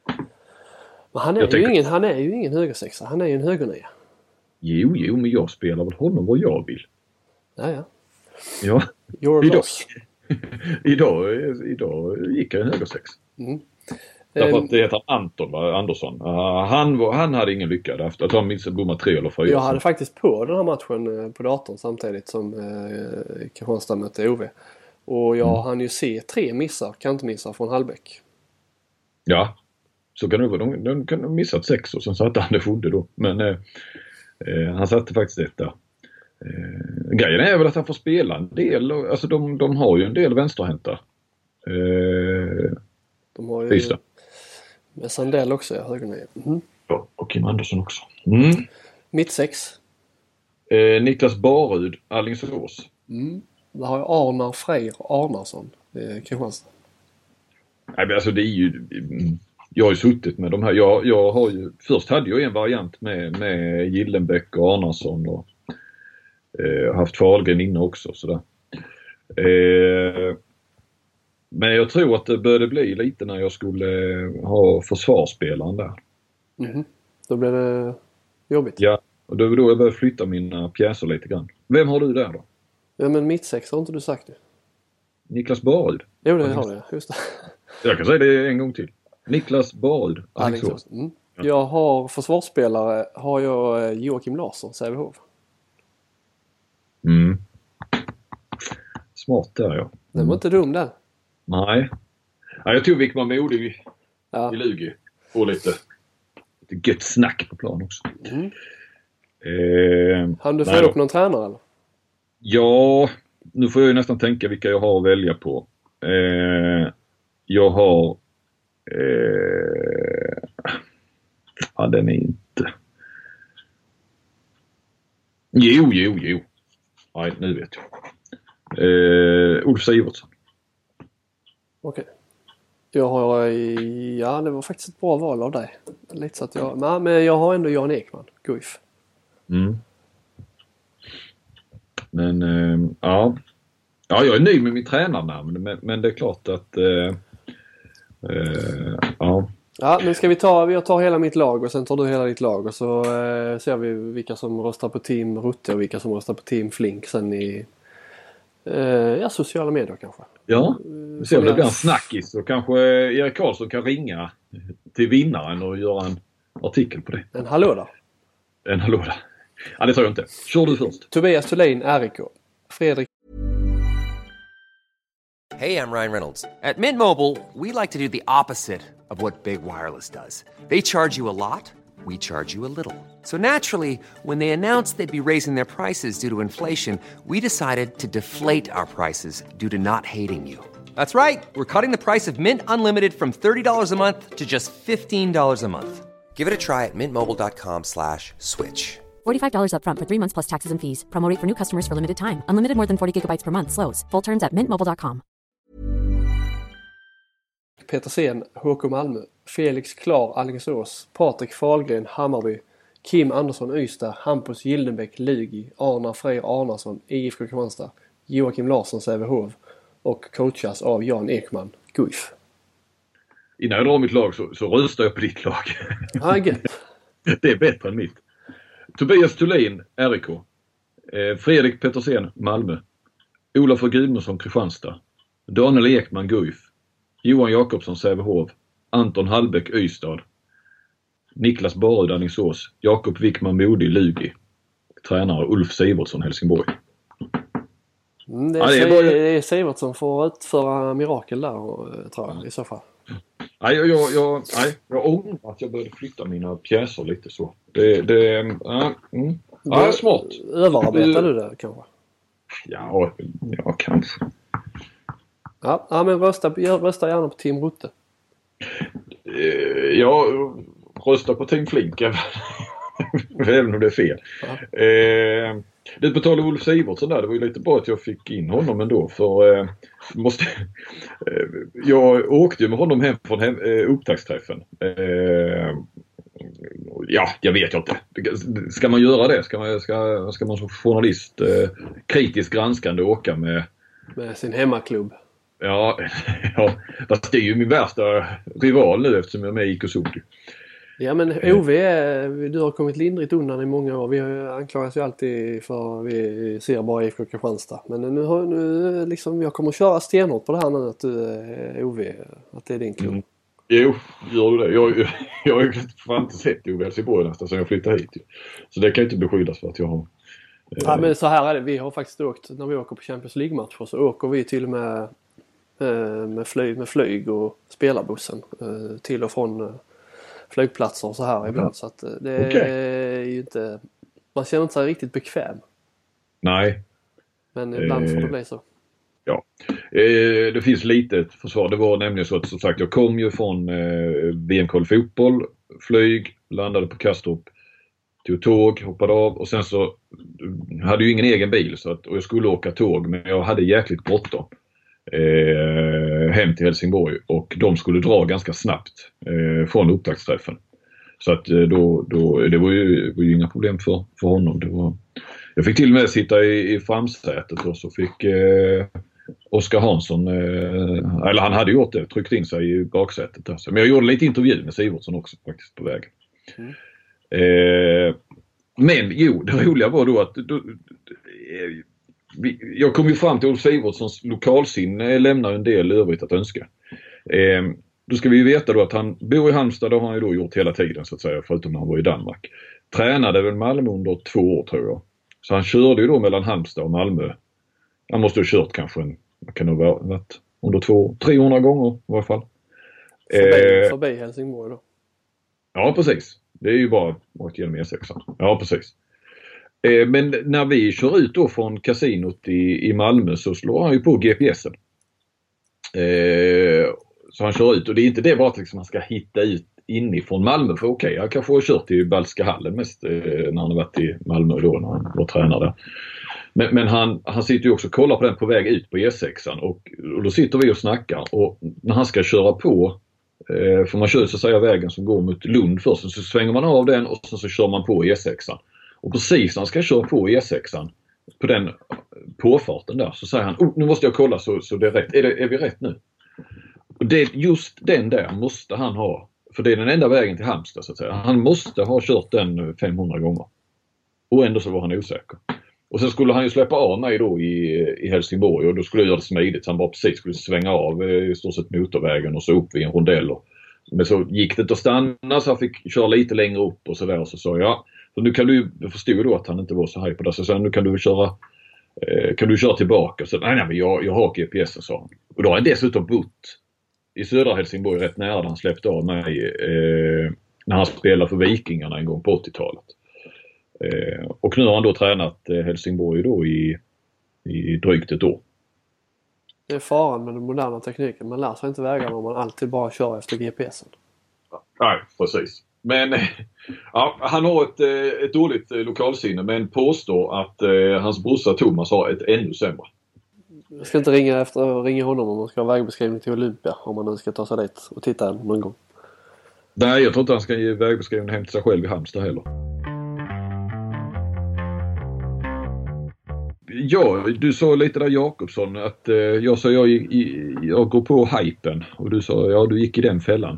Men han är, jag ju tänker... ingen, han är ju ingen högersexa. Han är ju en högernia. Jo, jo, men jag spelar väl honom vad jag vill. Ja, ja. Ja. You're Idag, loss. idag, idag gick jag en högersex. Mm. Därför Um, att det heter Anton va? Andersson. Uh, han, var, han hade ingen lycka efter att han missade bomma tre eller fyra. Jag hade faktiskt på den här matchen på datorn samtidigt som eh, Kristianstad mötte O V. Och jag mm. hann ju se tre missar, kantmissar från Hallbäck. Ja, så kan det vara. De, de kan ha missat sex och sen satte han det sjunde då. Men eh, eh, han satte faktiskt ett där. Eh, grejen är väl att han får spela en del. Alltså de, de har ju en del vänsterhänta. Eh, de har ju Ystad. Med Sandell också, ja, högernie. Mm. Ja, och Kim Andersson också. Mm. Mitt sex. Eh, Niklas Barud, Alingsås. Mm. Där har jag Arnar Freyr Arnarsson, eh, Kristianstad. Nej men alltså det är ju... Jag har ju suttit med de här. Jag, jag har ju... Först hade jag en variant med, med Gillenbäck och Arnarsson och eh, haft Fahlgren inne också. Sådär. Eh, men jag tror att det började bli lite när jag skulle ha försvarsspelaren där. Mm. Då blev det jobbigt. Ja, och det var då jag började flytta mina pjäser lite grann. Vem har du där då? Ja men mitt sex har inte du sagt det. Niklas Barud. Jo det har jag, just det. Jag kan säga det en gång till. Niklas Barud. Alingsås. Mm. Ja. Jag har försvarsspelare, har jag Joakim Larsson, Sävehof. Mm. Smart där ja. Mm. Den var inte dum där. Nej. Ja, jag tog Wickman Modig ja. i Lugi. Och lite, lite gött snack på plan också. Mm. Eh, Han du få upp någon tränare eller? Ja, nu får jag ju nästan tänka vilka jag har att välja på. Eh, jag har... Eh, ja, den är inte... Jo, jo, jo. Nej, nu vet jag. Eh, Ulf Sivertsson. Okej. Okay. Jag har... Ja, det var faktiskt ett bra val av dig. Lite så att jag... Nej, men jag har ändå Jan Ekman. Guif. Mm. Men eh, ja. Ja, jag är ny med min tränarnamn. Men, men det är klart att... Eh, eh, ja. Ja, men ska vi ta... Jag tar hela mitt lag och sen tar du hela ditt lag. Och så eh, ser vi vilka som röstar på team Rutte och vilka som röstar på team Flink sen i, Eh, ja, sociala medier kanske. Ja, vi ser om det blir en snackis och kanske Erik Karlsson kan ringa till vinnaren och göra en artikel på det. En hallå där. En hallå där. Ja, det tror jag inte. Kör du först. Tobias Thulin, R I K. Fredrik. Hey, I'm Ryan Reynolds. At Mint Mobile, we like to do the opposite of what Big Wireless does. They charge you a lot, we charge you a little. So naturally, when they announced they'd be raising their prices due to inflation, we decided to deflate our prices due to not hating you. That's right. We're cutting the price of Mint Unlimited from thirty dollars a month to just fifteen dollars a month. Give it a try at mintmobile.com slash switch. forty-five dollars up front for three months plus taxes and fees. Promo rate for new customers for limited time. Unlimited more than forty gigabytes per month. Slows full terms at mint mobile dot com. Petersen, H K Malmö. Felix Klar, Alingsås. Patrik Fahlgren, Hammarby. Kim Andersson, Ystad. Hampus Gildenbäck, Lugi. Arnar Freyr Arnarsson, I F K Kristianstad. Joakim Larsson, Sävehof. Och coachas av Jan Ekman, Guif. Innan jag drar mitt lag så, så röstar jag på ditt lag. Ja, gött. Det är bättre än mitt. Tobias Thulin, R I K. Eh, Fredrik Petersen, Malmö. Olof Gudmundsson, Kristianstad. Daniel Ekman, Guif. Johan Jakobsson, Sävehof. Anton Hallbäck, Ystad. Niklas Barud, Alingsås. Jakob Wickman, Modi, Lugi. Tränare Ulf Sivertsson, Helsingborg. Mm, det, är ja, det, är bara... det är Sivertsson som får utföra mirakel där, tror jag, i så fall. Nej, jag, jag, jag, nej, jag ångrar att jag började flytta mina pjäser lite så. Det, det, äh, mm. ja, smart. Överarbetar du det kanske? Ja, ja kanske. Ja, ja men rösta, rösta gärna på Team Rutte. Ja, rösta på Team Flink. Även om det är fel. Ja. Eh, det betalade Ulf Sivertsson där. Det var ju lite bra att jag fick in honom ändå. För eh, måste, eh, jag åkte ju med honom hem från hem, eh, upptaktsträffen. Eh, ja, jag vet inte. Ska man göra det? Ska man, ska, ska man som journalist eh, kritiskt granskande åka med... Med sin hemmaklubb. Ja, ja, fast det är ju min värsta rival nu eftersom jag är med i I K Sody. Ja, men O V, du har kommit lindrigt undan i många år. Vi anklagas ju alltid för vi ser bara I F K Kristianstad. Men nu har nu liksom, jag kommer att köra stenhårt på det här nu att du är O V, att det är din klubb. Mm. Jo, gör du det. Jag, jag har ju fan inte sett O V Helsingborg nästan sedan jag flyttade hit. Så det kan ju inte beskyddas för att jag har... Ja, men så här är det. Vi har faktiskt åkt, när vi åker på Champions League-matcher så åker vi till och med med flyg, med flyg och spelarbussen till och från flygplatser och så här ibland. Mm. Så att det okay. är ju inte, man känner inte sig riktigt bekväm. Nej. Men ibland eh, får det bli så. Ja, eh, det finns lite ett försvar. Det var nämligen så att som sagt jag kom ju från eh, V M-kval fotboll, flyg, landade på Kastrup, tog tåg, hoppade av och sen så hade ju ingen egen bil så att, och jag skulle åka tåg men jag hade jäkligt bråttom. Eh, hem till Helsingborg och de skulle dra ganska snabbt eh, från upptaktsträffen. Så att eh, då, då, det var ju, var ju inga problem för, för honom. Det var, jag fick till och med sitta i, i framsätet och så fick eh, Oskar Hansson, eh, eller han hade gjort det, tryckt in sig i baksätet. Där. Men jag gjorde lite intervju med Sivertsson också faktiskt på vägen. Mm. Eh, men jo, det roliga var då att då, eh, jag kom ju fram till Ulf Sivertssons lokalsinne lämnar en del övrigt att önska. Eh, då ska vi ju veta då att han bor i Halmstad, det har han ju då gjort hela tiden så att säga, förutom när han var i Danmark. Tränade väl Malmö under två år tror jag. Så han körde ju då mellan Halmstad och Malmö. Han måste ha kört kanske en, vad kan det ha varit, under två, trehundra gånger i alla fall. Förbi, eh, förbi Helsingborg då? Ja, precis. Det är ju bara åkt genom E sex. Ja, precis. Men när vi kör ut då från kasinot i, i Malmö så slår han ju på G P S'en. Eh, så han kör ut och det är inte det bara att liksom man ska hitta ut inifrån Malmö för okej, okay, jag kanske har kört till Balska hallen mest eh, när han har varit i Malmö då när han var tränare där. Men, men han, han sitter ju också och kollar på den på väg ut på E sexan och, och då sitter vi och snackar och när han ska köra på eh, för man kör så att säga vägen som går mot Lund först så svänger man av den och så, så kör man på E sexan. Och precis när han ska köra på E sexan på den påfarten där så säger han, oh, nu måste jag kolla så, så det är rätt. Är, det, är vi rätt nu? Och det, just den där måste han ha. För det är den enda vägen till Halmstad så att säga. Han måste ha kört den femhundra gånger. Och ändå så var han osäker. Och sen skulle han ju släppa av mig då i, i Helsingborg och då skulle jag göra det smidigt. Så han bara precis skulle svänga av i stort sett motorvägen och så upp vid en rondell. Och, men så gick det inte att stanna så han fick köra lite längre upp och sådär. Och så sa jag, så nu kan du, jag förstod ju då att han inte var så haj på det. Så sen nu kan du köra, eh, kan du köra tillbaka. Så nej, nej men jag, jag har G P S, sa han. Och då har jag dessutom bott i södra Helsingborg rätt nära där han släppte av mig eh, när han spelade för Vikingarna en gång på åttiotalet. Eh, och nu har han då tränat eh, Helsingborg då i, i drygt ett år. Det är faran med den moderna tekniken. Man lär sig inte vägarna om man alltid bara kör efter G P S'en. Nej, precis. Men ja, han har ett, ett dåligt lokalsinne men påstår att eh, hans brorsa Thomas har ett ännu sämre. Jag ska inte ringa efter ringa honom om man ska ha vägbeskrivning till Olympia om man nu ska ta sig dit och titta någon gång. Nej, jag tror inte han ska ge vägbeskrivning hem till sig själv i Halmstad heller. Ja, du sa lite där Jakobsson att eh, jag sa jag, jag, jag går på hypen och du sa ja du gick i den fällan.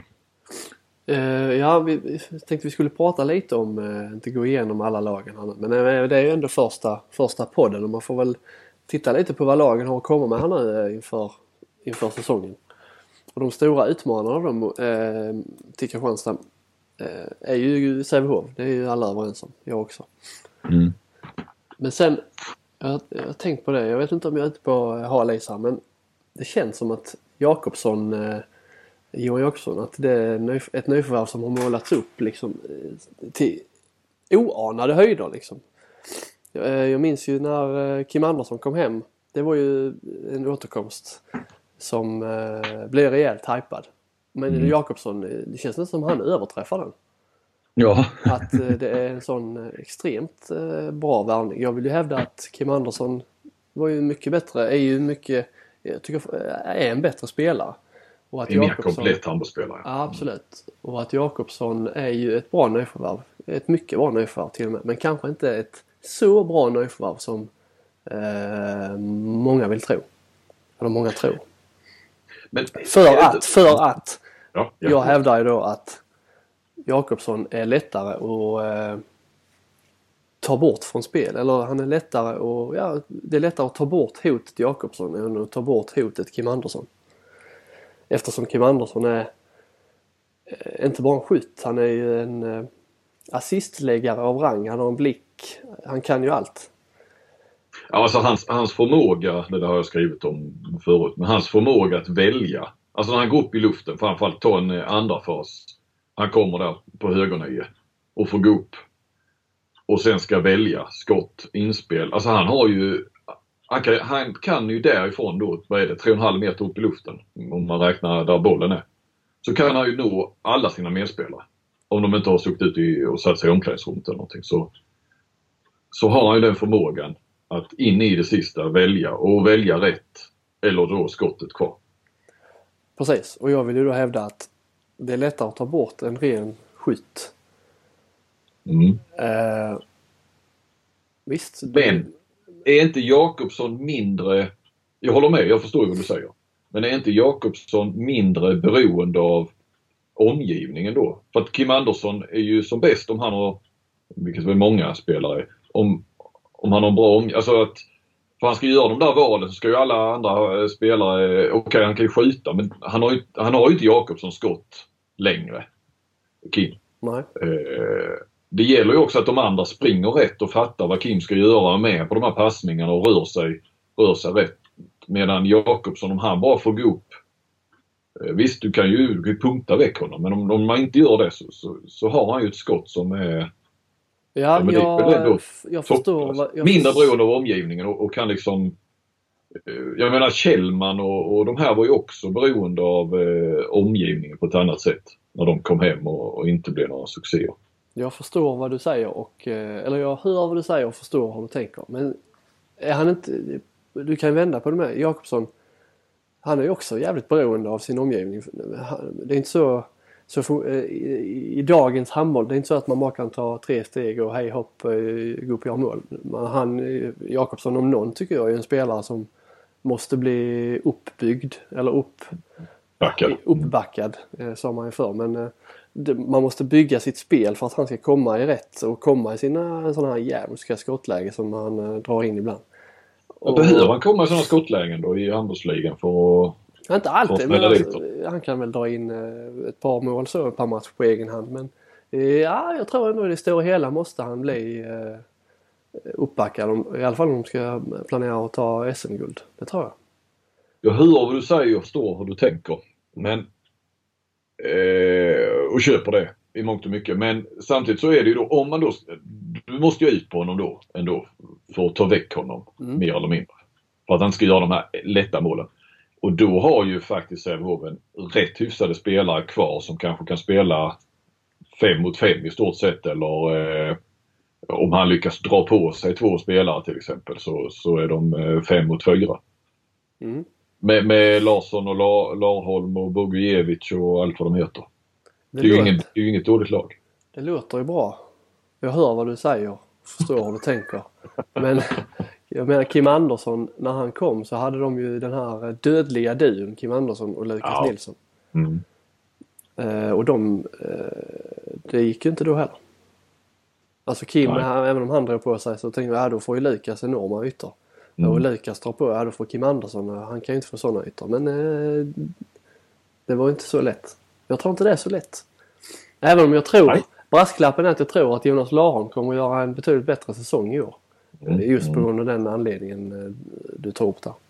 Uh, ja, vi, vi tänkte vi skulle prata lite om, uh, inte gå igenom alla lagen här nu, men uh, det är ju ändå första, första podden och man får väl titta lite på vad lagen har att komma med här nu uh, inför, inför säsongen. Och de stora utmanarna de, uh, till Kristianstad uh, är ju Sävehof, det är ju alla överens om, jag också. Mm. Men sen, jag, jag har tänkt på det, jag vet inte om jag är ute på hal is här, men det känns som att Jakobsson uh, Johan Jakobsson, att det är ett nyförvärv som har målats upp liksom till oanade höjder liksom. Jag, jag minns ju när Kim Andersson kom hem. Det var ju en återkomst som eh, blev rejält hypad. Men mm. Jakobsson, det känns nästan som han överträffar den. Ja. Att eh, det är en sån extremt eh, bra värvning. Jag vill ju hävda att Kim Andersson var ju mycket bättre, är ju mycket, jag tycker är en bättre spelare. Och att en mer komplett handbollsspelare. Ja, absolut. Och att Jakobsson är ju ett bra nyförvärv. Ett mycket bra nyförvärv till och med. Men kanske inte ett så bra nyförvärv som eh, många vill tro. Eller många tror. Men, för att, inte... för att ja, ja. jag hävdar ju då att Jakobsson är lättare att eh, ta bort från spel. Eller han är lättare och ja, det är lättare att ta bort hotet Jakobsson än att ta bort hotet Kim Andersson. Eftersom Kim Andersson är eh, inte bara en skytt. Han är ju en eh, assistläggare av rang. Han har en blick. Han kan ju allt. Ja, alltså hans, hans förmåga, det där har jag skrivit om förut. Men hans förmåga att välja. Alltså när han går upp i luften, framförallt ta en andra fas. Han kommer där på högernio och får gå upp. Och sen ska välja skott, inspel. Alltså han har ju... Han kan, han kan ju därifrån då, vad är det, tre och en halv meter upp i luften. Om man räknar där bollen är. Så kan han ju nå alla sina medspelare. Om de inte har suttit ut i, och satt sig i omklädningsrummet eller någonting. Så, så har han ju den förmågan att in i det sista välja och välja rätt. Eller då skottet kvar. Precis, och jag vill ju då hävda att det är lättare att ta bort en ren skytt. Mm. Eh, visst. Men är inte Jakobsson mindre, jag håller med, jag förstår vad du säger. Men är inte Jakobsson mindre beroende av omgivningen då? För att Kim Andersson är ju som bäst om han har, vilket är många spelare, om, om han har en bra omgivning. Alltså att för han ska göra de där valen så ska ju alla andra spelare, okej okay, han kan ju skjuta men han har ju, han har ju inte Jakobssons skott längre. Kim. Nej. Eh, det gäller ju också att de andra springer rätt och fattar vad Kim ska göra med på de här passningarna och rör sig, rör sig rätt. Medan Jakobsson, om han bara får gå upp, eh, visst du kan ju, du kan ju punkta väck honom men om, om man inte gör det så, så, så har han ju ett skott som är ja, men jag, jag förstår vad, jag mindre beroende av omgivningen och, och kan liksom jag menar Kjellman och, och de här var ju också beroende av eh, omgivningen på ett annat sätt när de kom hem och, och inte blev några succéer. Jag förstår vad du säger och eller jag hör vad du säger och förstår hur du tänker men är han inte, du kan vända på det med Jakobsson, han är ju också jävligt beroende av sin omgivning. Det är inte så Så i, i dagens handboll, det är inte så att man bara kan ta tre steg och hej hopp gå upp och göra mål. Men han, Jakobsson om någon tycker jag är en spelare som måste bli uppbyggd eller upp, Backad. Uppbackad, eh, sa man ju för. Men eh, det, man måste bygga sitt spel för att han ska komma i rätt och komma i sina sådana här jävliga skottläge som han eh, drar in ibland. Och behöver han komma i sådana skottlägen då i handbollsligan för att... Inte alltid, men alltså, han kan väl dra in eh, ett par mål så ett par matcher på egen hand. Men eh, ja, jag tror ändå i det stora hela måste han bli eh, uppbackad. Om, i alla fall om de ska planera att ta S M-guld. Det tror jag. Jag hör vad du säger och förstår hur du tänker. Men eh, och köper det i mångt och mycket. Men samtidigt så är det ju då, om man då, du måste ju ut på honom då ändå för att ta väck honom mm. mer eller mindre. För att han ska göra de här lätta målen. Och då har ju faktiskt Sävehof rätt hyfsade spelare kvar som kanske kan spela fem mot fem i stort sett. Eller eh, om han lyckas dra på sig två spelare till exempel så, så är de eh, fem mot fyra. Mm. Med, med Larsson och La, Larholm och Bogujevic och allt vad de heter. Det, det, är, ju ingen, det är ju inget dåligt lag. Det låter ju bra. Jag hör vad du säger. Förstår hur du tänker. Men jag menar Kim Andersson, när han kom så hade de ju den här dödliga duon, Kim Andersson och Lukas ja. Nilsson. Mm. Eh, och de, eh, det gick ju inte då heller. Alltså Kim, här, även om han drog på sig så tänkte jag, ja, då får ju Lukas enorma ytor. Mm. Och Lukas drar på, ja, då får Kim Andersson, han kan ju inte få sådana ytor. Men eh, det var inte så lätt. Jag tror inte det är så lätt. Även om jag tror, Nej. brasklappen är att jag tror att Jonas Larholm kommer att göra en betydligt bättre säsong i år. Mm. Just på grund av den anledningen du tar upp där.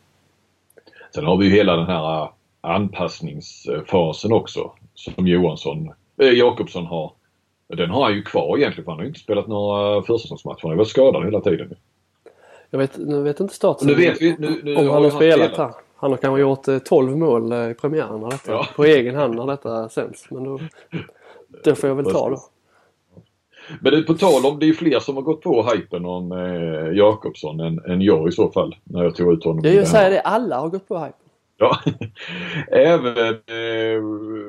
Sen har vi ju hela den här anpassningsfasen också. Som Johansson, äh, Jakobsson har. Den har han ju kvar egentligen för han har ju inte spelat några försäsongsmatcher. Han har varit skadad hela tiden. Jag vet, nu vet inte starten nu vet vi, nu, nu om han har spelat här. Han har kanske gjort tolv mål i premiären när detta, ja. på egen hand när detta sänds. Men då, det får jag väl ta då. Men det är på tal om, det är fler som har gått på hypen om eh, Jakobsson än, än jag i så fall. När jag tog ut honom. Jag säger det, alla har gått på hypen. Ja, även eh,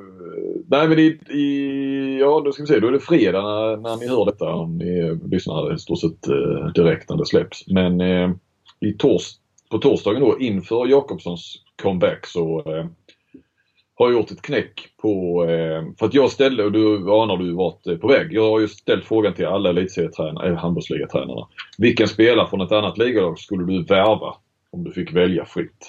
nej men i, i ja då ska vi se, då är det fredag när, när ni hör detta, om ni lyssnar i stort sett eh, direkt när det släpps. Men eh, i tors, på torsdagen då inför Jakobssons comeback så eh, har jag gjort ett knäck på, eh, för att jag ställde, och du anar du varit på väg, jag har ju ställt frågan till alla elitserietränare, äh, handbollsligatränarna. Vilken spelare från ett annat ligalag skulle du värva om du fick välja fritt?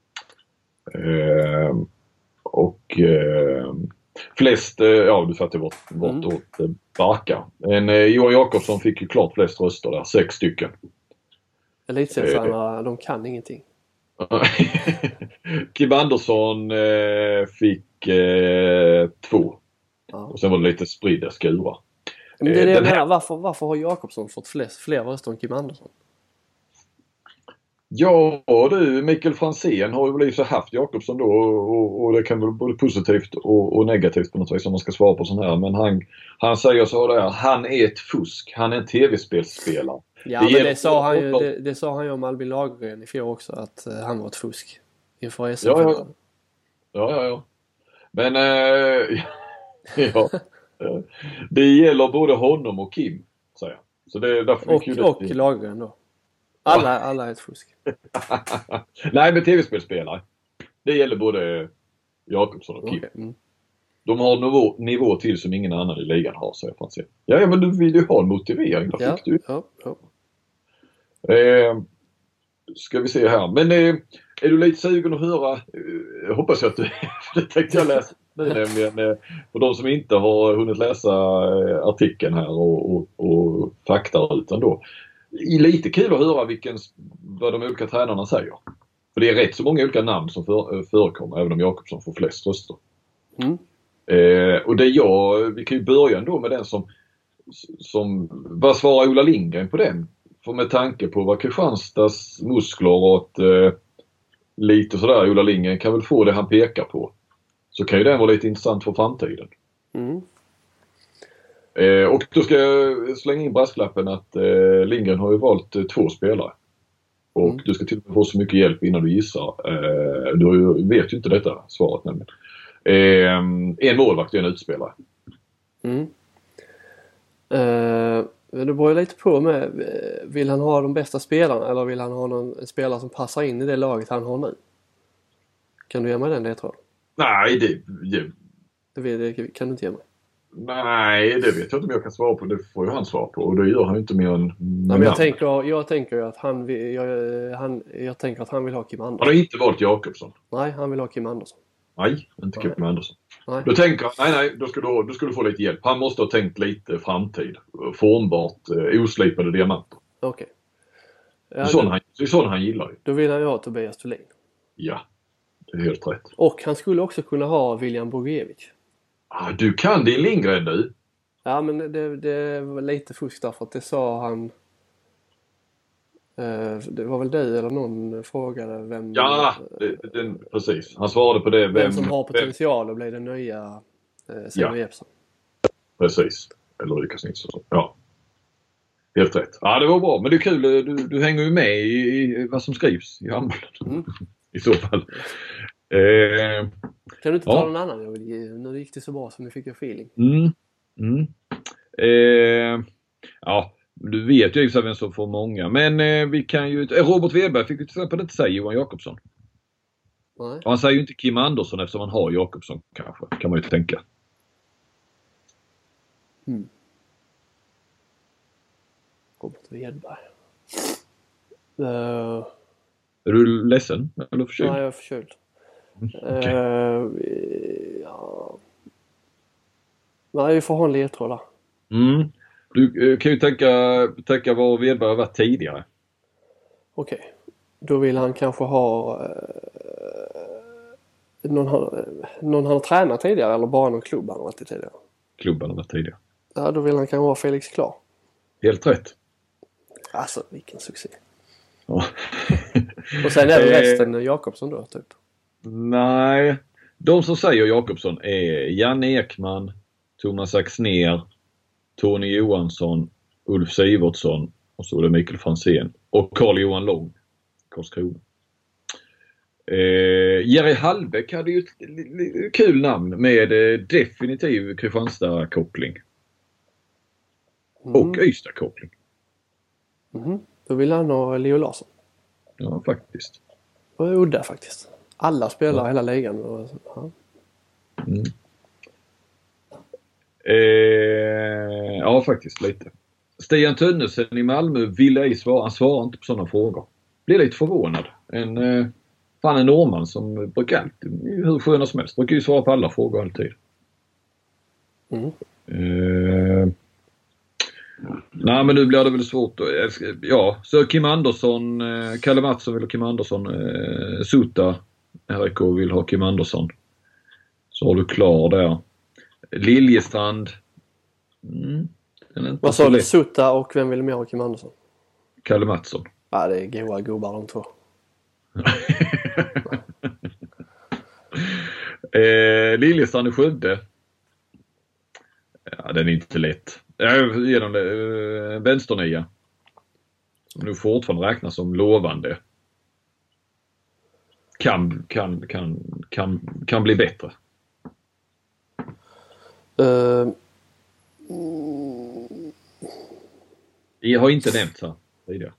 Eh, och eh, flest, eh, ja du fattar vart, vart mm. åt eh, barkar. En eh, Johan Jakobsson fick ju klart flest röster där, sex stycken. Elitserietränare, eh, de kan ingenting. Kim Andersson eh, fick eh, två. Ja. Och sen var det lite spridda skurar. Men det är det jag menar, varför, varför har Jakobsson fått fler, fler röster än Kim Andersson? Ja du, Mikael Franzén har ju väl så haft Jakobsson då och, och det kan vara både positivt och, och negativt på något vis om man ska svara på sån här. Men han, han säger så där, han är ett fusk, han är en tv-spelspelare. Ja, det men det sa, han ju, det, det sa han ju om Albin Lagergren i fjol också, att uh, han var ett fusk inför S M. Ja, ja, ja. ja, ja. Men uh, ja, det gäller både honom och Kim, säger jag. Så det är därför och vi och Lagergren då. Alla, alla är ett fusk. Nej, men tv-spelspelare. Det gäller både Jakobsson och Kim. Okay. Mm. De har nivå, nivå till som ingen annan i ligan har, säger Franzén. Ja, ja, men du vill ju ha en motivering. Där ja, fick du. Ja, ja. Eh, ska vi se här. Men eh, är du lite sugen att höra? Eh, jag hoppas jag att du... det tänkte jag läsa nu nämligen. Eh, för de som inte har hunnit läsa eh, artikeln här och, och, och fakta utan då. Lite kul att höra vilken, vad de olika tränarna säger. För det är rätt så många olika namn som för, förekommer, även om Jakobsson får flest röster. Mm. Eh, och det jag, vi kan ju börja ändå med den som, som vad svarar Ola Lindgren på den? För med tanke på vad Kristianstads muskler och att, eh, lite sådär, Ola Lindgren kan väl få det han pekar på. Så kan ju den vara lite intressant för framtiden. Mm. Eh, och då ska jag slänga in brasklappen att eh, Lindgren har ju valt eh, två spelare. Och mm. du ska till och med få så mycket hjälp innan du gissar. Eh, du vet ju inte detta svaret nämligen. Eh, en målvakt och en utspelare. Mm. Eh, det beror lite på med. Vill han ha de bästa spelarna eller vill han ha någon en spelare som passar in i det laget han har nu? Kan du ge mig den det tror jag? Nej, det, det, Det, det kan du inte ge mig. nej, det vet jag inte om jag kan svara på. Det får ju han svara på. Och det gör han ju inte mer än... Nej, men jag tänker, jag tänker att han vill, jag, han, jag tänker att han vill ha Kim Andersson. Han har inte valt Jakobsson. Nej, han vill ha Kim Andersson. Nej, inte Kim Andersson. Nej. Då tänker jag, nej nej, då ska, du, då ska du få lite hjälp. Han måste ha tänkt lite framtid. Formbart, eh, oslipade diamanter. Okej. Okay. Ja, det, det är sån han gillar ju. Då vill han ju ha Tobias Thulin. Ja, det är helt rätt. Och han skulle också kunna ha William Bogiewicz. Ah, du kan din Lindgren nu. Ja, men det, det var lite fusk därför att det sa han... Eh, det var väl du eller någon frågade vem... Ja, det, det, precis. Han svarade på det. Vem, vem som har potential att bli den nya eh, Simon ja. Jeppsson. Precis. Eller Lukas Nilsson. Ja. Helt rätt. Ja, det var bra. Men det är kul. Du, du hänger ju med i, i vad som skrivs i handbollen. Mm. I så fall. Eh, kan du inte ja. ta någon annan? Jag vill ge, nu gick det så bra så nu fick jag feeling. Mm. Mm. Eh, ja, du vet ju vem som får många. Men eh, vi kan ju... Robert Wedberg fick ju till exempel inte säga Johan Jakobsson. Nej. Och han säger ju inte Kim Andersson eftersom han har Jakobsson kanske. Kan man ju tänka. Mm. Robert Wedberg. Uh, är du ledsen? Eller förkyld? Nej, jag är förkyld. Mm, okay. uh, ja. Nej, vi får ha en ledtråd där. Mm. Du uh, kan ju tänka, tänka var Wedberg har varit tidigare. Okej. Okay. Då vill han kanske ha uh, någon, uh, någon han har tränat tidigare eller bara någon klubb han har varit tidigare. Klubben har varit tidigare. Ja, då vill han kanske ha Felix Klar. Helt rätt. Alltså, vilken succé. Ja. Och sen är det resten Jakobsson då, typ? Nej. De som säger Jakobsson är Jan Ekman, Thomas Axner, Tony Johansson, Ulf Sivertsson och så är det Mikael Franzén och Carl-Johan Lång, Karlskrona. Eh, Jerry Hallbäck hade ju ett kul namn med eh, definitiv Kristianstad-koppling. Mm. Och Ystad-koppling. Mm. Då vill han ha Leo Larsson. Ja, faktiskt. Det var udda faktiskt. Alla spelar ja. Hela ligan. Och, ja. Mm. Eh, ja, faktiskt lite. Stian Tönnesen i Malmö ville ej svara. Han svarar inte på sådana frågor. Blir lite förvånad. En, eh, fan en norrman som brukar alltid, hur sköna som helst, brukar ju svara på alla frågor alltid. Mm. Eh, nej, men nu blir det väl svårt. Ja, så Kim Andersson, eh, Kalle Mattsson vill ha Kim Andersson, eh, Suta, R I K vill ha Kim Andersson. Så har du klar där. Liljestrand. Mm, vad sa du? Suta och vem vill mer ha Kim Andersson? Kalle Mattsson. Ja, det är goa gubbar de två. eh, Liljestrand i Skövde. Ja, den är inte lätt. Genom det, äh, vänsternia. Som nu fortfarande räknas som lovande. Kan, kan, kan, kan, kan bli bättre. Uh, Jag har inte nämnt så tidigare.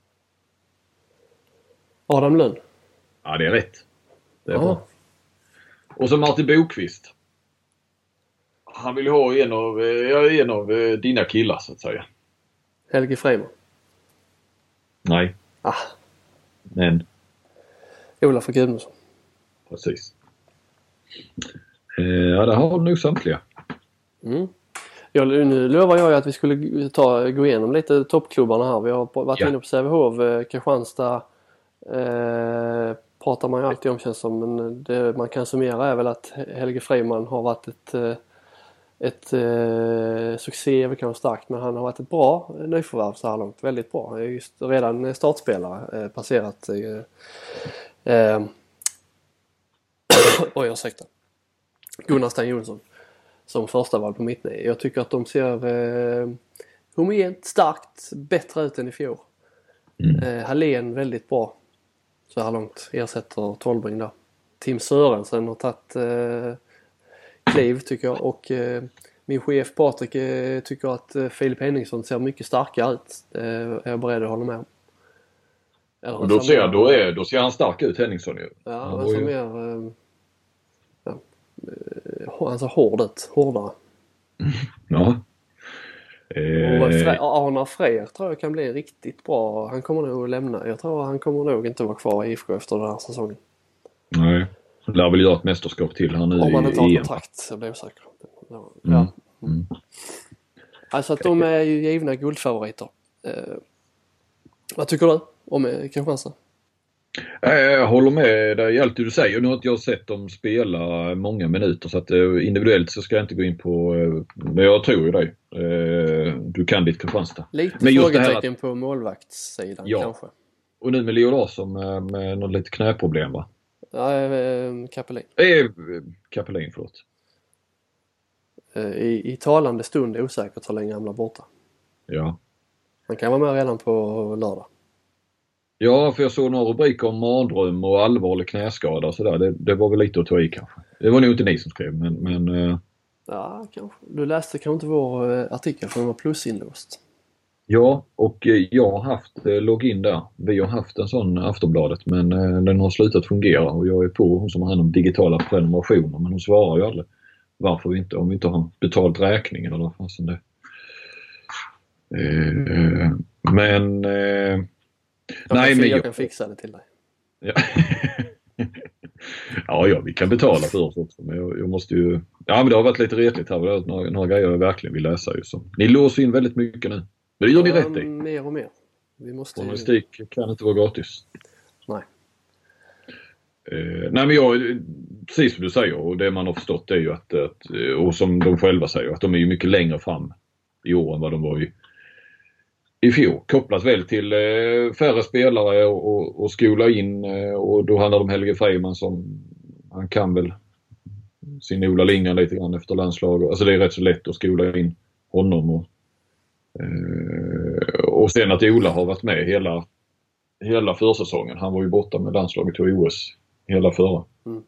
Adam Lund. Ja, det är rätt. Det är Aha. bra. Och så Martin Bokvist. Han vill ha en av, en av dina killar så att säga. Helge Freiman. Nej. Ah. Men. Olof Gudmundsson. Precis. Ja, det har nog samtliga. Mm. Jag, nu lovar jag att vi skulle ta, gå igenom lite toppklubbarna här. Vi har varit ja. inne på Sävehof, Kristianstad. Eh, pratar man ju alltid om, känns som. Men det man kan summera är väl att Helge Freiman har varit ett... Ett eh, succé är väl kanske starkt, men han har varit ett bra nyförvärv så här långt. Väldigt bra. Han är just redan startspelare. Eh, passerat eh, eh, oj, ursäkta. Gunnar Stein Jonsson som första val på mittnio. Jag tycker att de ser eh, homogent, starkt, bättre ut än i fjol. Mm. Eh, Hallén väldigt bra så här långt. Ersätter Tolbring där. Tim Sörensen har tagit eh, kliv tycker jag, och eh, min chef Patrik eh, tycker att eh, Filip Henningsson ser mycket starkare ut. Eh, är jag beredd att hålla med om. Och då ser, då, är, då ser han stark ut, Henningsson ju. Ja, men som mer... Eh, ja. han ser hård ut, hårdare. Ja. Eh... Och Fre- Arna Frejer tror jag kan bli riktigt bra. Han kommer nog att lämna. Jag tror han kommer nog inte vara kvar i I F K efter den här säsongen. Nej. Han lär väl göra ett mästerskap till här nu. Om han inte har i kontrakt, jag blev säker. Ja. Mm. Mm. Alltså att de är ju givna guldfavoriter. Eh... Vad tycker du om Kristianstad? Jag håller med dig i allt du säger. Nu har inte jag sett dem spela många minuter så att individuellt så ska jag inte gå in på, men jag tror ju dig. Du kan ditt Kristianstad. Lite men just frågetecken att... på målvaktssidan ja. Kanske. Och nu med Leo Larsson med, med något lite knäproblem va? Ja, eh, Kapelin. Eh, Kapelin, förlåt. I, I talande stund är osäkert hur länge han blir borta. Ja. Han kan vara med redan på lördag. Ja, för jag såg några rubriker om mardröm och allvarlig knäskada och sådär. Det, det var väl lite att ta i kanske. Det var nog inte ni som skrev, men... men uh... Ja, kanske. Du läste kanske inte vår uh, artikel för den var plusinlåst. Ja, och uh, jag har haft uh, login där. Vi har haft en sån Aftonbladet, men uh, den har slutat fungera. Och jag är på hon som har hand om digitala prenumerationer, men hon svarar ju aldrig varför vi inte, om vi inte har betalt räkningen eller vad fan det. Uh, men... Uh... Jag, Nej, kan, men jag, jag kan fixa det till dig. Ja, ja, ja, vi kan betala för oss också. Men jag, jag måste ju... Ja, men det har varit lite retligt här. Det har några, några grejer jag verkligen vill läsa. Ju, så. Ni låser in väldigt mycket nu. Men det gör ni ja, rätt i. Mer och mer. Vi måste Journalistik ju... kan inte vara gratis. Nej. Eh, nej, men jag... Precis som du säger. Och det man har förstått är ju att... att och som de själva säger. Att de är ju mycket längre fram i år än vad de var i... I fjol kopplas väl till eh, färre spelare och, och, och skola in eh, och då handlar det om Helge Freiman som han kan väl sin Ola Lindgren lite grann efter landslag. Alltså det är rätt så lätt att skola in honom och, eh, och sen att Ola har varit med hela, hela försäsongen. Han var ju borta med landslaget till O S hela förra. Mm.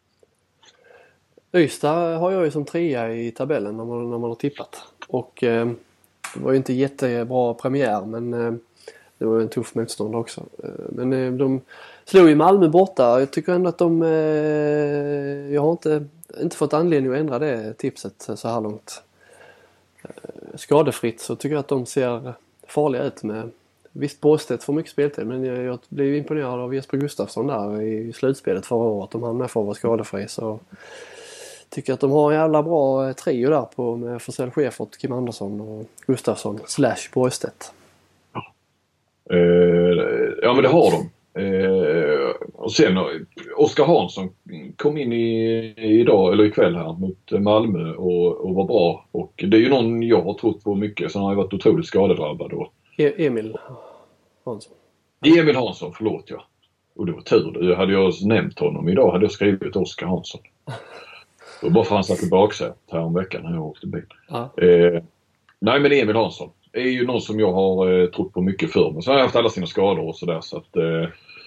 Ystad har jag ju som trea i tabellen när man, när man har tippat och eh... det var ju inte jättebra premiär men eh, det var en tuff motstånd också. Eh, men eh, de slog ju Malmö borta. Jag tycker ändå att de... Eh, jag har inte, inte fått anledning att ändra det tipset så här långt. Eh, skadefritt så tycker jag att de ser farliga ut med... Visst, Båstedt får mycket speltid men jag, jag blev imponerad av Jesper Gustafsson där i slutspelet förra året. Om han med får vara skadefri så... Tycker att de har en jävla bra trio där på med Forsell Schäfert, Kim Andersson och Gustafsson slash Borgstedt. Ja. Eh, ja men det har de. Eh, och sen Oskar Hansson kom in i, idag eller ikväll här mot Malmö och, och var bra. Och det är ju någon jag har trott på mycket så han har ju varit otroligt skadedrabbad då. E- Emil Hansson. Emil Hansson, förlåt ja. Och det var tur. Hade jag nämnt honom idag hade jag skrivit Oskar Hansson. Och bara för han satt i baksätet här om veckan när jag åkte bil. Ja. Eh, nej men Emil Hansson är ju någon som jag har eh, trott på mycket för. Men så har jag haft alla sina skador och sådär. Så att, eh,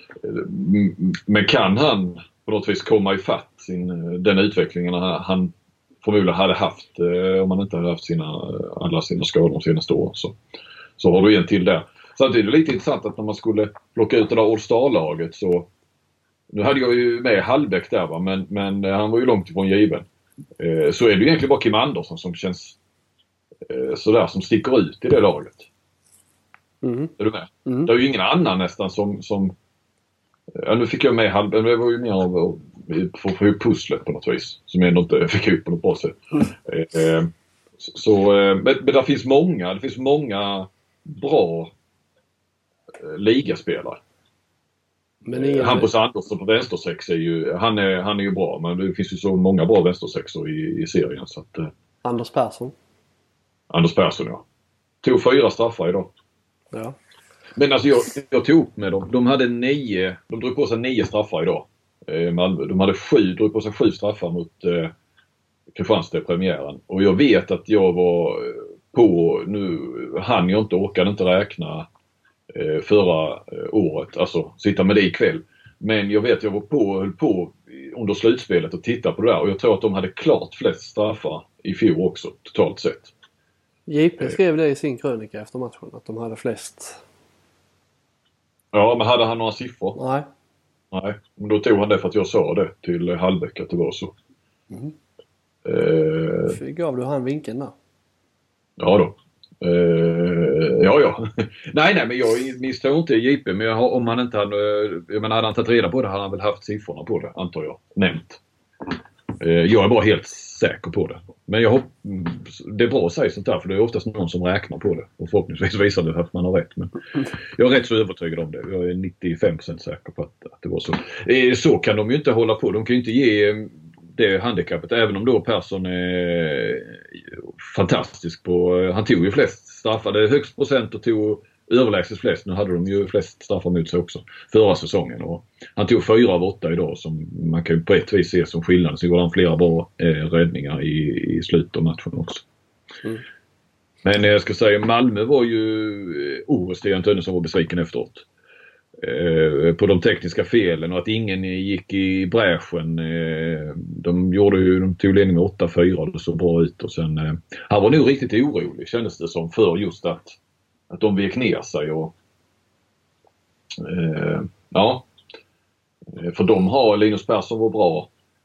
men kan han på något vis komma i fatt sin, den utvecklingen han förmodligen hade haft eh, om han inte hade haft sina, alla sina skador de senaste åren. Så, så har du en till där. Samtidigt är det lite intressant att när man skulle plocka ut det där All-Star-laget så nu hade jag ju med Hallbäck där va, men, men han var ju långt ifrån given. Eh, så är det ju egentligen bara Kim Andersson som känns eh, sådär som sticker ut i det laget. Mm. Är du med? Mm. Det är ju ingen annan nästan som... som ja, nu fick jag med Hallbäck, men det var ju mer av för att få ihop pusslet på något vis. Som jag ändå inte fick ihop på något bra sätt. Mm. Eh, så, eh, men, men det finns många, det finns många bra eh, ligaspelare. Men ingen... Hampus Andersson på vänstersex är ju han är, han är ju bra men det finns ju så många bra vänstersexor i, i serien så att, eh... Anders Persson. Anders Persson ja. Tog fyra straffar idag. Ja. Men alltså jag, jag tog upp med dem. De hade nio, de drog på sig nio straffar idag. Eh, Malmö. De hade sju, drog på sig sju straffar mot eh, Kristianstad i premiären. Och jag vet att jag var på, nu hann jag inte, orkade inte räkna förra året, alltså sitta med det ikväll. Men jag vet att jag var på höll på under slutspelet och tittade på det där och jag tror att de hade klart flest straffar i fjol också, totalt sett. J P skrev det i sin krönika efter matchen, att de hade flest. Ja, men hade han några siffror? Nej. Nej, men då tog han det för att jag sa det till Hallbäck att det var så. Mm. Eh, Gav du han vinkeln där? Ja då. Uh, ja, ja. nej, nej, men jag misstror inte J P, men jag har, om han inte hade, jag menar, hade han tagit reda på det hade han väl haft siffrorna på det, antar jag, nämnt. Uh, jag är bara helt säker på det. Men jag hopp, det är bra att säga sånt där, för det är oftast någon som räknar på det. Och förhoppningsvis visar det att man har rätt. Men jag är rätt så övertygad om det. Jag är nittiofem procent säker på att, att det var så. Uh, så kan de ju inte hålla på. De kan ju inte ge det handikappet, även om då Persson är fantastisk på, han tog ju flest straffade högst procent och tog överlägset flest. Nu hade de ju flest straffar mot sig också förra säsongen, och han tog fyra av åtta idag, som man kan ju på ett vis se som skillnad. Så gjorde han flera bra eh, räddningar i, i slutet av matchen också. Mm. Men jag ska säga, Malmö var ju oh, Stian Tönne som var besviken efteråt på de tekniska felen och att ingen gick i bräschen. De gjorde ju, de tog ledning med åtta fyra, det såg bra ut, och sen han var nog riktigt orolig, kändes det som, för just att att de vek ner sig och eh, ja, för de har Linus Persson var bra,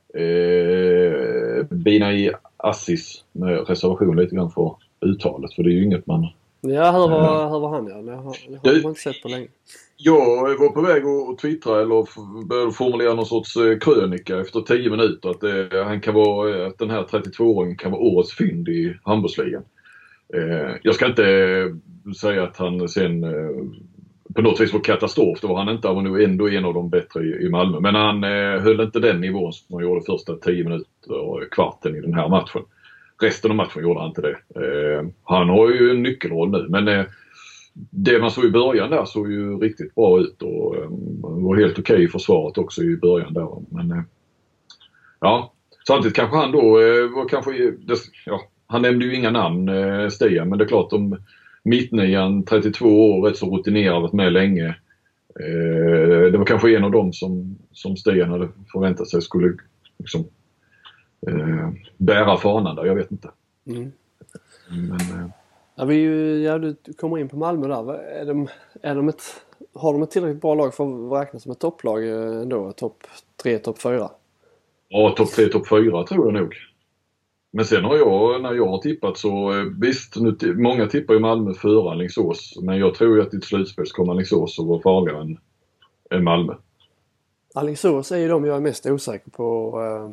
eh, Bina i Assis med reservation lite grann för uttalet, för det är ju inget man. Ja, hur var, hur var han? Ja? Det har, det har man inte sett på länge. Jag var på väg att twittra eller började formulera någon sorts krönika efter tio minuter att, eh, han kan vara, att den här trettiotvååringen kan vara årets fynd i handbollsligan. Eh, jag ska inte eh, säga att han sen eh, på något vis var katastrof. Det var han inte, han var nog ändå en av de bättre i, i Malmö. Men han eh, höll inte den nivån som han gjorde första tio minuter och kvarten i den här matchen. Resten av matchen gjorde han inte det. Eh, han har ju en nyckelroll nu, men eh, det man såg i början där såg ju riktigt bra ut, och eh, var helt okej i försvaret också i början där. Men eh, ja, samtidigt kanske han då eh, var kanske, det, ja, han nämnde ju inga namn, eh, Stian, men det är klart om mittnian, trettiotvå år, rätt så rutinerad, varit med länge. Eh, det var kanske en av dem som, som Stian hade förväntat sig skulle liksom eh, bära fanan där, jag vet inte. Mm. Men, eh, ja, vi ju, ja, du kommer in på Malmö där. Är de, är de ett, har de ett tillräckligt bra lag för att räkna som ett topplag ändå? Topp tre, topp fyra? Ja, topp tre, topp fyra tror jag nog. Men sen har jag, när jag har tippat så, visst, nu, många tippar ju Malmö före Alingsås, men jag tror ju att i ett slutspel kommer Alingsås att vara farligare än, än Malmö. Alingsås är ju de jag är mest osäker på eh,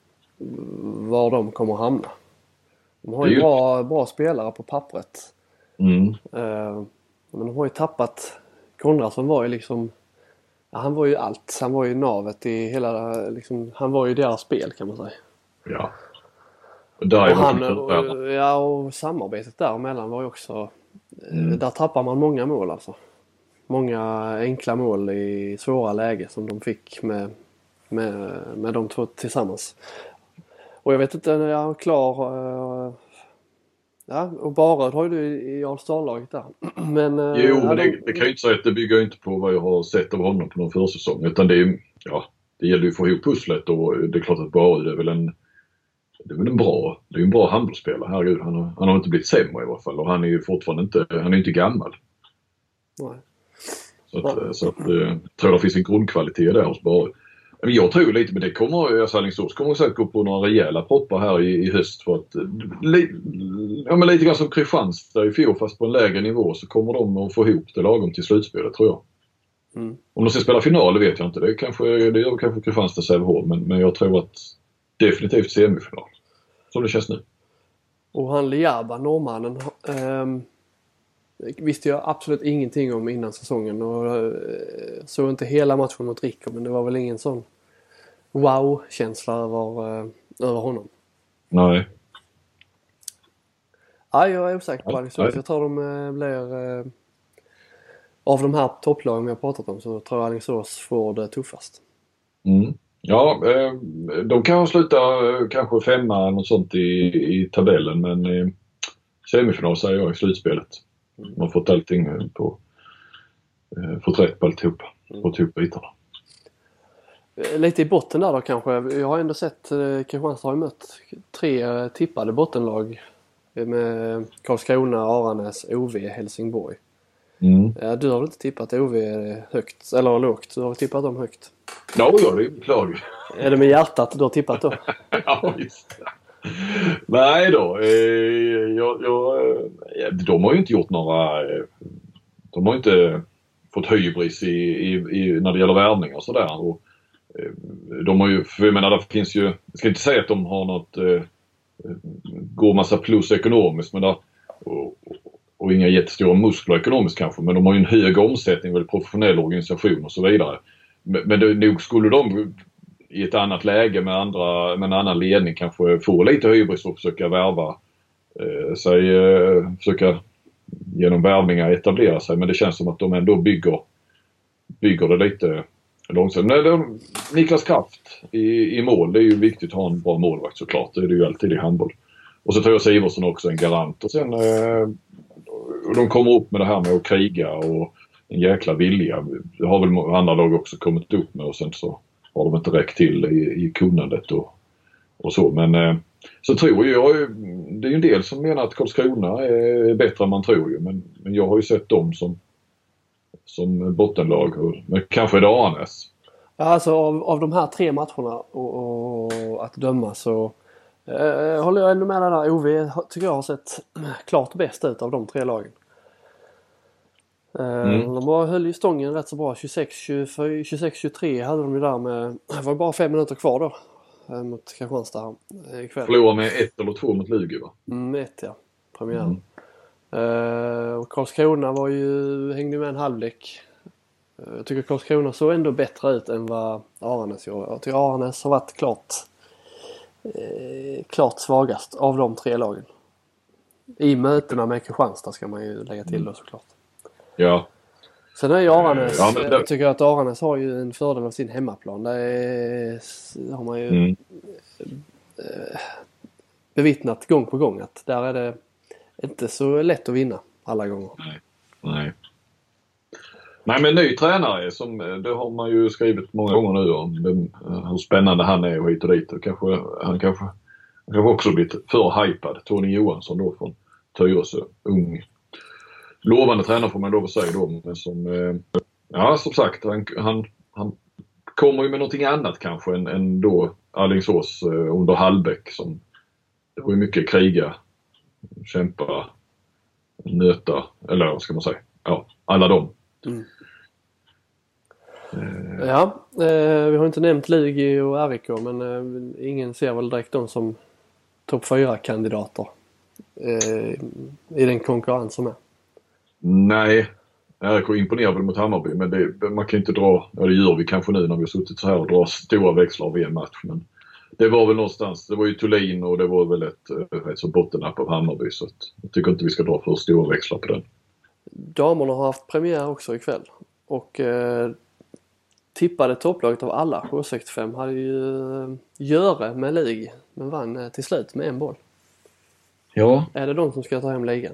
var de kommer hamna. De har ju, ju bra, bra spelare på pappret. Mm. Eh, men de har ju tappat. Konradsson var ju liksom, ja, han var ju allt. Han var ju navet i hela, liksom, han var ju deras spel kan man säga. Ja. Och, där och, han, och, ja, och samarbetet däremellan var ju också, mm. där tappar man många mål alltså. Många enkla mål i svåra läge som de fick med, med, med de två tillsammans. Och jag vet inte när jag är klar. Uh, ja, och Baröd har ju du i Jarlsdal-laget där. Men, uh, jo, men ja, det, de... det kan ju inte säga att det bygger inte på vad jag har sett av honom på någon försäsong. Utan det är ju, ja, det gäller ju att få ihop pusslet, och det är klart att Baröd är väl en, det är väl en bra, det är en bra handbollsspelare. Herregud, han har, han har inte blivit sämre i alla fall, och han är ju fortfarande inte, han är inte gammal. Nej. Så att, Nej. så att jag tror det finns en grundkvalitet där hos Baröd. Men jag tror lite, men det kommer, alltså Alingsås kommer säkert gå på några rejäla proppar här i, i höst, för att li, ja, men lite grann som Kristianstad i fjol, fast på en lägre nivå, så kommer de att få ihop det lagom till slutspelet, tror jag. Mm. Om de ska spela final vet jag inte, det, kanske, det gör kanske Kristianstad Sävehof, men, men jag tror att definitivt semifinal, som det känns nu. Och han Liaba, norrmannen, ähm, visste jag absolut ingenting om innan säsongen, och äh, såg inte hela matchen mot Rico, men det var väl ingen sån wow-känsla över, äh, över honom. Nej. Ja, jag är osäker på Alingsås. Jag tror de äh, blir äh, av de här topplagen vi har pratat om, så tror jag Alingsås får det tuffast. Mm. Ja, eh, de kan sluta eh, kanske femma eller något sånt i, i tabellen, men eh, semifinal säger jag i slutspelet. Man har fått allting på, eh, fått rätt på alltihop, fått ihop bitarna. Lite i botten där då kanske. Jag har ändå sett, eh, Kristianstad har ju mött tre eh, tippade bottenlag med Karlskrona, Aranäs, O V, Helsingborg. Mm. Ja, du har väl inte tippat O V högt, eller lågt? Du har tippat dem högt? Ja, ja, det är klart. Är det med hjärtat du har tippat då? Ja, just det. Nej då. Eh, jag, jag, eh, de har ju inte gjort några... Eh, de har inte fått hybris i, i, i, när det gäller värvning och sådär. Och, eh, de har ju... För jag menar, det finns ju... Jag ska inte säga att de har något... Eh, går massa plus ekonomiskt, men där, och, och inga jättestora muskler ekonomiskt kanske, men de har ju en hög omsättning, väldigt professionell organisation och så vidare. Men, men det, nog skulle de i ett annat läge med, andra, med en annan ledning kanske få lite hybris och försöka värva eh, sig, eh, försöka genom värvningar etablera sig, men det känns som att de ändå bygger, bygger det lite långsamt. Nej, de, Niklas Kraft i, i mål, det är ju viktigt att ha en bra målvakt såklart, det är det ju alltid i handboll. Och så tror jag Siversson också en garant. Och sen eh, de kommer upp med det här med att kriga och en jäkla vilja. Det har väl andra lag också kommit upp med, och sen så har de inte räckt till i, i kunnandet och, och så. Men eh, så tror jag, det är ju en del som menar att Karlskrona är bättre än man tror ju. Men, men jag har ju sett dem som, som bottenlag, och, men kanske är det Aranäs. Ja, alltså av, av de här tre matcherna och, och att döma så eh, håller jag ändå med där. O V tycker jag har sett klart bäst ut av de tre lagen. Eh, mm. De var, höll ju stången rätt så bra. tjugosex tjugotre hade de ju där med, det var bara fem minuter kvar då eh, mot Kristianstad eh, ikväll. Förlorade med ett eller två mot Lugi, va? Mm, ett ja, premiären. Mm. Eh, och Karlskrona var ju, hängde med en halvlek. Jag tycker Karlskrona såg ändå bättre ut än vad Aranäs gör. Jag tycker Aranäs har varit klart eh, klart svagast av de tre lagen. I mötena med Kristianstad ska man ju lägga till då såklart. Ja. Sen är ju Aranäs, ja, det... jag tycker att Aranäs har ju en fördel av sin hemmaplan. Där är, har man ju mm. eh, bevittnat gång på gång att där är det inte så lätt att vinna alla gånger. Nej, nej. Nej, men ny tränare, som, det har man ju skrivit många gånger nu om den, hur spännande han är och hit och dit. Och kanske, han kanske, han kanske också blivit för hypad. Tony Johansson då från Tyresö, ung, lovande tränare får man lov att säga då. Men som, ja som sagt, han, han, han kommer ju med någonting annat kanske än, än då Alingsås under Hallbäck. Som, det var ju mycket kriga, kämpa, nöta, eller vad ska man säga, ja, alla dem. Mm. Ja, eh, vi har inte nämnt Lugi och R I K, men eh, ingen ser väl direkt dem som topp fyra kandidater eh, i den konkurrens som är. Nej, R I K imponerar väl mot Hammarby, men det, man kan inte dra, ja det gör vi kanske nu när vi har suttit så här och drar stora växlar vid en match, men det var väl någonstans, det var ju Thulin och det var väl ett, ett så bottennapp av Hammarby, så att jag tycker inte vi ska dra för stora växlar på den. Damerna har haft premiär också ikväll och eh, tippade topplaget av alla. H sextiofem hade ju eh, Göre med lig, men vann eh, till slut med en boll. Ja. Är det de som ska ta hem ligan?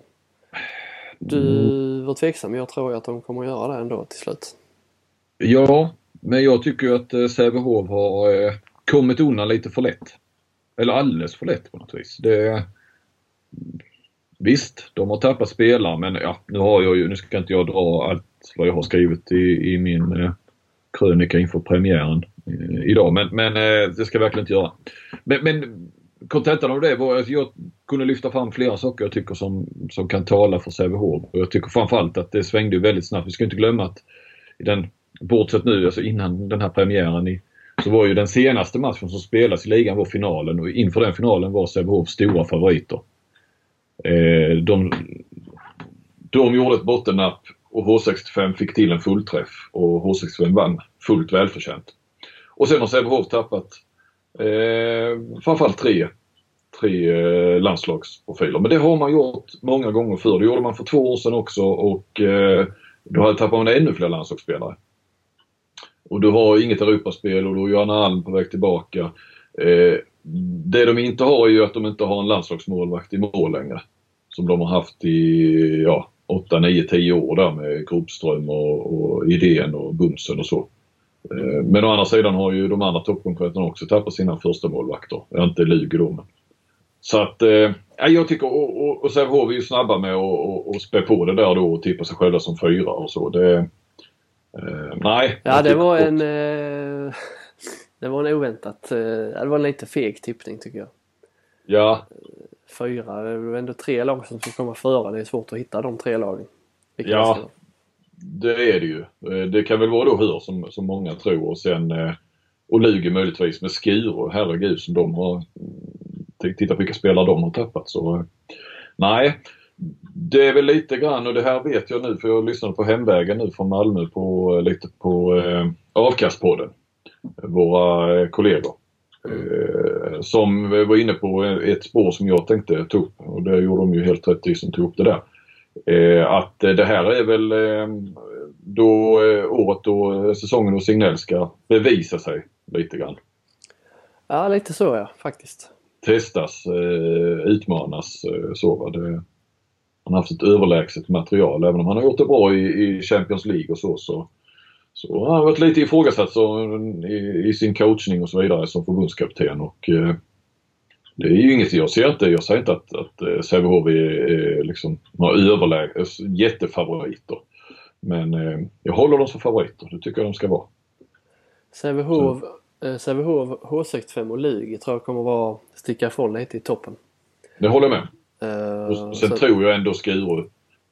Du var tveksam, jag tror att de kommer att göra det ändå till slut. Ja, men jag tycker ju att eh, Sävehof har eh, kommit undan lite för lätt. Eller alldeles för lätt på något vis. Det Visst, de har tappat spelare, men ja, nu har jag ju, nu ska inte jag dra allt vad jag har skrivit i, i min eh, krönika inför premiären eh, idag, men, men eh, det ska jag verkligen inte göra. Men, men kontentan av det var att jag kunde lyfta fram flera saker jag tycker som, som kan tala för Sävehof. Och jag tycker framförallt att det svängde väldigt snabbt. Vi ska inte glömma att i den, bortsett nu, alltså innan den här premiären i, så var ju den senaste matchen som spelas i ligan var finalen, och inför den finalen var Sävehof stora favoriter. De, de gjorde ett bottennapp och H sextiofem fick till en fullträff och H sextiofem vann fullt välförtjänt. Och sen har Sävehof tappat eh, framförallt tre, tre eh, landslagsprofiler. Men det har man gjort många gånger förr. Det gjorde man för två år sedan också, och eh, då hade tappat man ännu fler landslagsspelare. Och du har inget Europaspel och då är Johanna Alm på väg tillbaka. Eh, Det de inte har är ju att de inte har en landslagsmålvakt i mål längre. Som de har haft i ja, åtta, nio, tio år där med Gropström och, och Idén och Bunsen och så. Eh, men å andra sidan har ju de andra toppkonkurrenterna också tappat sina första målvakter. Jag inte lyger då. Men. Så att eh, jag tycker, och, och, och Sävehof är ju snabba med att och, och spä på det där då och tippa sig själva som fyra och så. Det, Uh, nej. Ja, det var en uh, det var en oväntat uh, det var en lite feg tippning tycker jag. Ja. Fyra, det är ändå tre lag som ska komma före. Det är svårt att hitta de tre lagen. Vilka ja, det är det ju. Det kan väl vara då hur som, som många tror. Och sen uh, och Lugi möjligtvis med Skuru. Herregud som de har. Titta på vilka spelare de har tappat. Så uh, nej. Det är väl lite grann, och det här vet jag nu för jag lyssnade på hemvägen nu från Malmö på lite på eh, Avkastpodden. Våra eh, kollegor. Eh, som var inne på ett spår som jag tänkte ta upp. Och det gjorde de ju helt rätt i som tog upp det där. Eh, att det här är väl eh, då eh, året då säsongen och Signell ska bevisa sig lite grann. Ja, lite så ja, faktiskt. Testas, eh, utmanas, eh, så var det. Han har haft ett överlägset material. Även om han har gjort det bra i, i Champions League och så. Så, så han har varit lite ifrågasatt så, i, i sin coachning och så vidare som förbundskapten. Och eh, det är ju inget jag ser inte. Jag säger inte att, att eh, Sävehof är eh, liksom några överläg, jättefavoriter. Men eh, jag håller dem som favoriter. Det tycker jag de ska vara. Sävehof, eh, Sävehof, H sextiofem och Lugi tror jag kommer vara sticka ifrån lite i toppen. Det håller jag med. Uh, och sen så, tror jag ändå Skuru.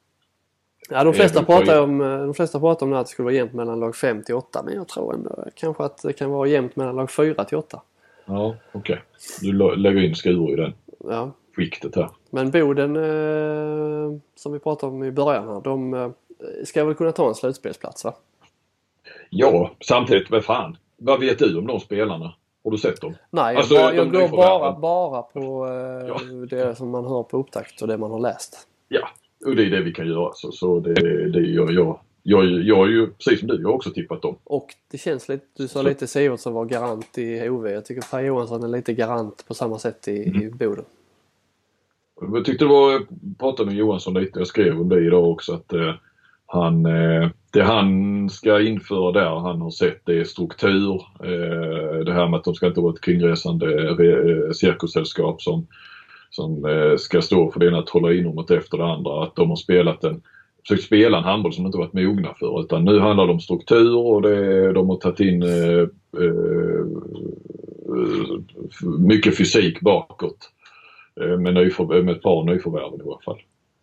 Ja, de flesta pratar om de flesta pratar om att det skulle vara jämnt mellan lag fem till åtta, men jag tror ändå kanske att det kan vara jämnt mellan lag fyra till åtta. Ja, okej. Okay. Du lägger in Skuru i den. Ja. Skiktet här. Men Boden eh, som vi pratade om i början här, de eh, ska väl kunna ta en slutspelsplats, va? Ja, samtidigt, vad fan. Vad vet du om de spelarna? Har du sett dem? Nej, alltså, jag, jag de går bara, bara på eh, ja. det som man hör på upptakt och det man har läst. Ja, och det är det vi kan göra. Så, så det, det gör jag. Jag, jag är ju, precis som du, jag har också tippat dem. Och det känns lite, du sa så. Lite Sivert som var garant i O V. Jag tycker Per Johansson är lite garant på samma sätt i, mm. i Boden. Jag tyckte det var, jag pratade med Johansson lite, jag skrev om det idag också, att eh, han, eh, det han ska införa där, han har sett det är struktur, eh, det här med att de ska inte vara ett kringresande eh, cirkussällskap som, som eh, ska stå för det ena trollerinomret efter det andra, att de har spelat en försökt spela en handboll som inte varit mogna för, utan nu handlar det om struktur och det, de har tagit in eh, eh, mycket fysik bakåt. Med, nyför, med ett par nyförvärv i alla fall.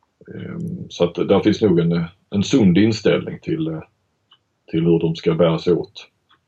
Så att där finns nog en, en sund inställning till, till hur de ska bära sig åt.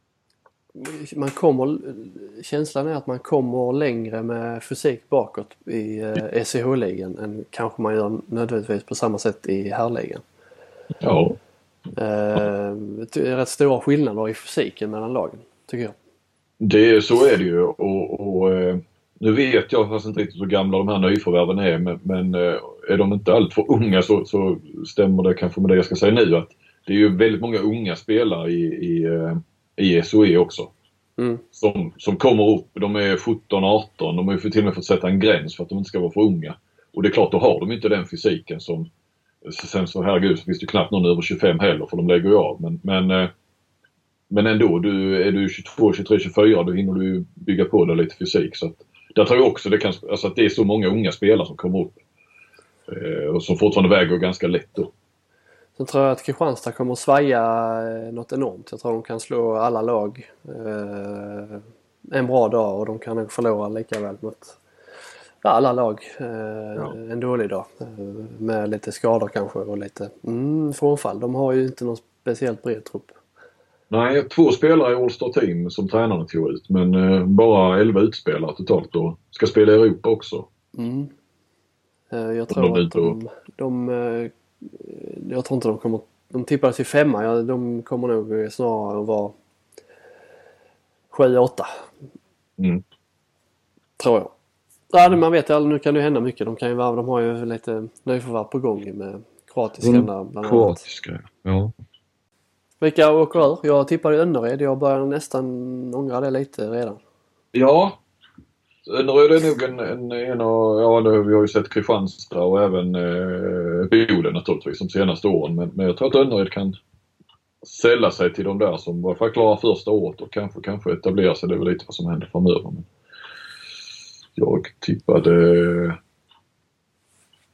Man kommer, känslan är att man kommer längre med fysik bakåt i S C H-ligan än kanske man gör nödvändigtvis på samma sätt i herrligan. Ja. Det är rätt stora skillnader i fysiken mellan lagen, tycker jag. Det, så är det ju och, och nu vet jag fast inte riktigt hur gamla de här nyförvärven är, men, men är de inte allt för unga så, så stämmer det kanske med det jag ska säga nu, att det är ju väldigt många unga spelare i, i, i S O E också. Mm. Som, som kommer upp, de är sjutton arton, de har ju till och med fått sätta en gräns för att de inte ska vara för unga. Och det är klart, då har de inte den fysiken som, sen så herregud så finns det knappt någon över tjugofem heller för de lägger ju av. Men, men, men ändå, du, är du tjugotvå, tjugotre, tjugofyra då hinner du bygga på det lite fysik. Så att, där tror jag också det kan, alltså att det är så många unga spelare som kommer upp eh, och som fortfarande väger ganska lätt då. Sen tror jag att Kristianstad kommer att svaja något enormt. Jag tror de kan slå alla lag eh, en bra dag och de kan nog förlora lika väl mot alla lag eh, ja. en dålig dag. Eh, med lite skador kanske och lite mm, frånfall. De har ju inte någon speciellt bred trupp. Nej, två spelare i All-Star Team som tränarna tog ut. Men eh, bara elva utspelare totalt och ska spela i Europa också. Mm. Eh, jag tror de att de... de eh, jag tror inte de kommer... De tippar till femma. Ja, de kommer nog snarare att vara sju åtta. Mm. Tror jag. Ja, man vet aldrig. Nu kan det hända mycket. De, kan ju vara, de har ju lite nyförvärv på gång med kroatiska mm. där bland annat. Kroatiska, ja. Vilka åker ur? Jag tippade Önnered. Jag börjar nästan ångra det lite redan. Ja. Önnered är nog en, en, en av... Ja, det, vi har ju sett Kristianstad och även eh, Boden naturligtvis de senaste åren. Men, men jag tror att Önnered kan sälja sig till de där som var för att klara första året och kanske, kanske etablera sig. Det är väl lite vad som händer framöver. Men jag tippade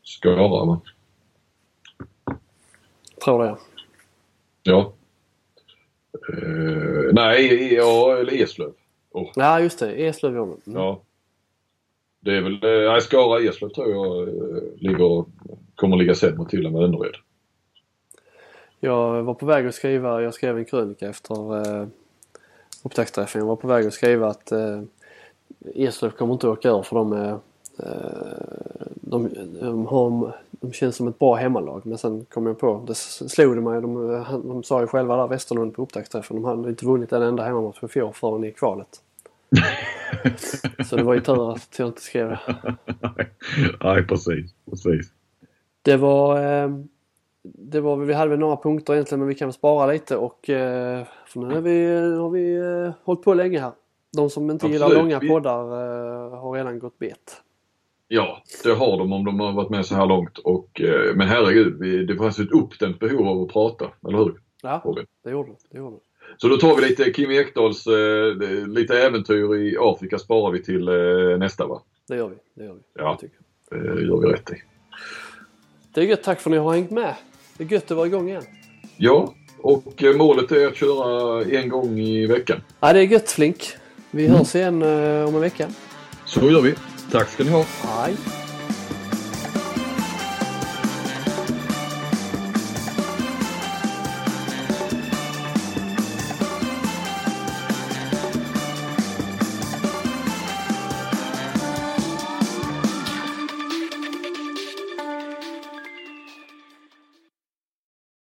Skara, va? Tror det. Ja. Uh, nej, ja, eller Eslöv. Oh. Ja, just det. Eslöv gjorde mm. Ja. Det är väl, nej, Skara Eslöv tror jag ligger, kommer ligga sämre till än Önnered. Jag var på väg att skriva, jag skrev en krönika efter eh, upptaktsträffen. Jag var på väg att skriva att eh, Eslöv kommer inte åka över för de är eh, de, de, har, de känns som ett bra hemmalag. Men sen kom jag på, det slog det mig, de, de sa ju själva där Västerlund på upptaktsträffen, de hade inte vunnit en enda hemmamatch för fjol förrän i kvalet. Så det var ju tur att jag inte skrev det. Nej, precis, precis. Det var, eh, det var, vi hade väl några punkter egentligen, men vi kan spara lite och eh, för nu har vi, har vi eh, hållit på länge här. De som inte Absolut. gillar långa poddar eh, har redan gått bet. Ja, det har de om de har varit med så här långt. Och, eh, men herregud, vi, det fanns ett uppdämt behov av att prata, eller hur? Ja, det gjorde det. gjorde det. Så då tar vi lite Kim Ekdahls eh, lite äventyr i Afrika sparar vi till eh, nästa, va? Det gör vi, det gör vi. Ja, det gör vi rätt i. Det är gött, tack för att ni har hängt med. Det är gött att vara igång igen. Ja, och eh, målet är att köra en gång i veckan. Ja, det är gött, Flink. Vi mm. hörs igen eh, om en vecka. Så gör vi. Tack ska ni ha. Hej.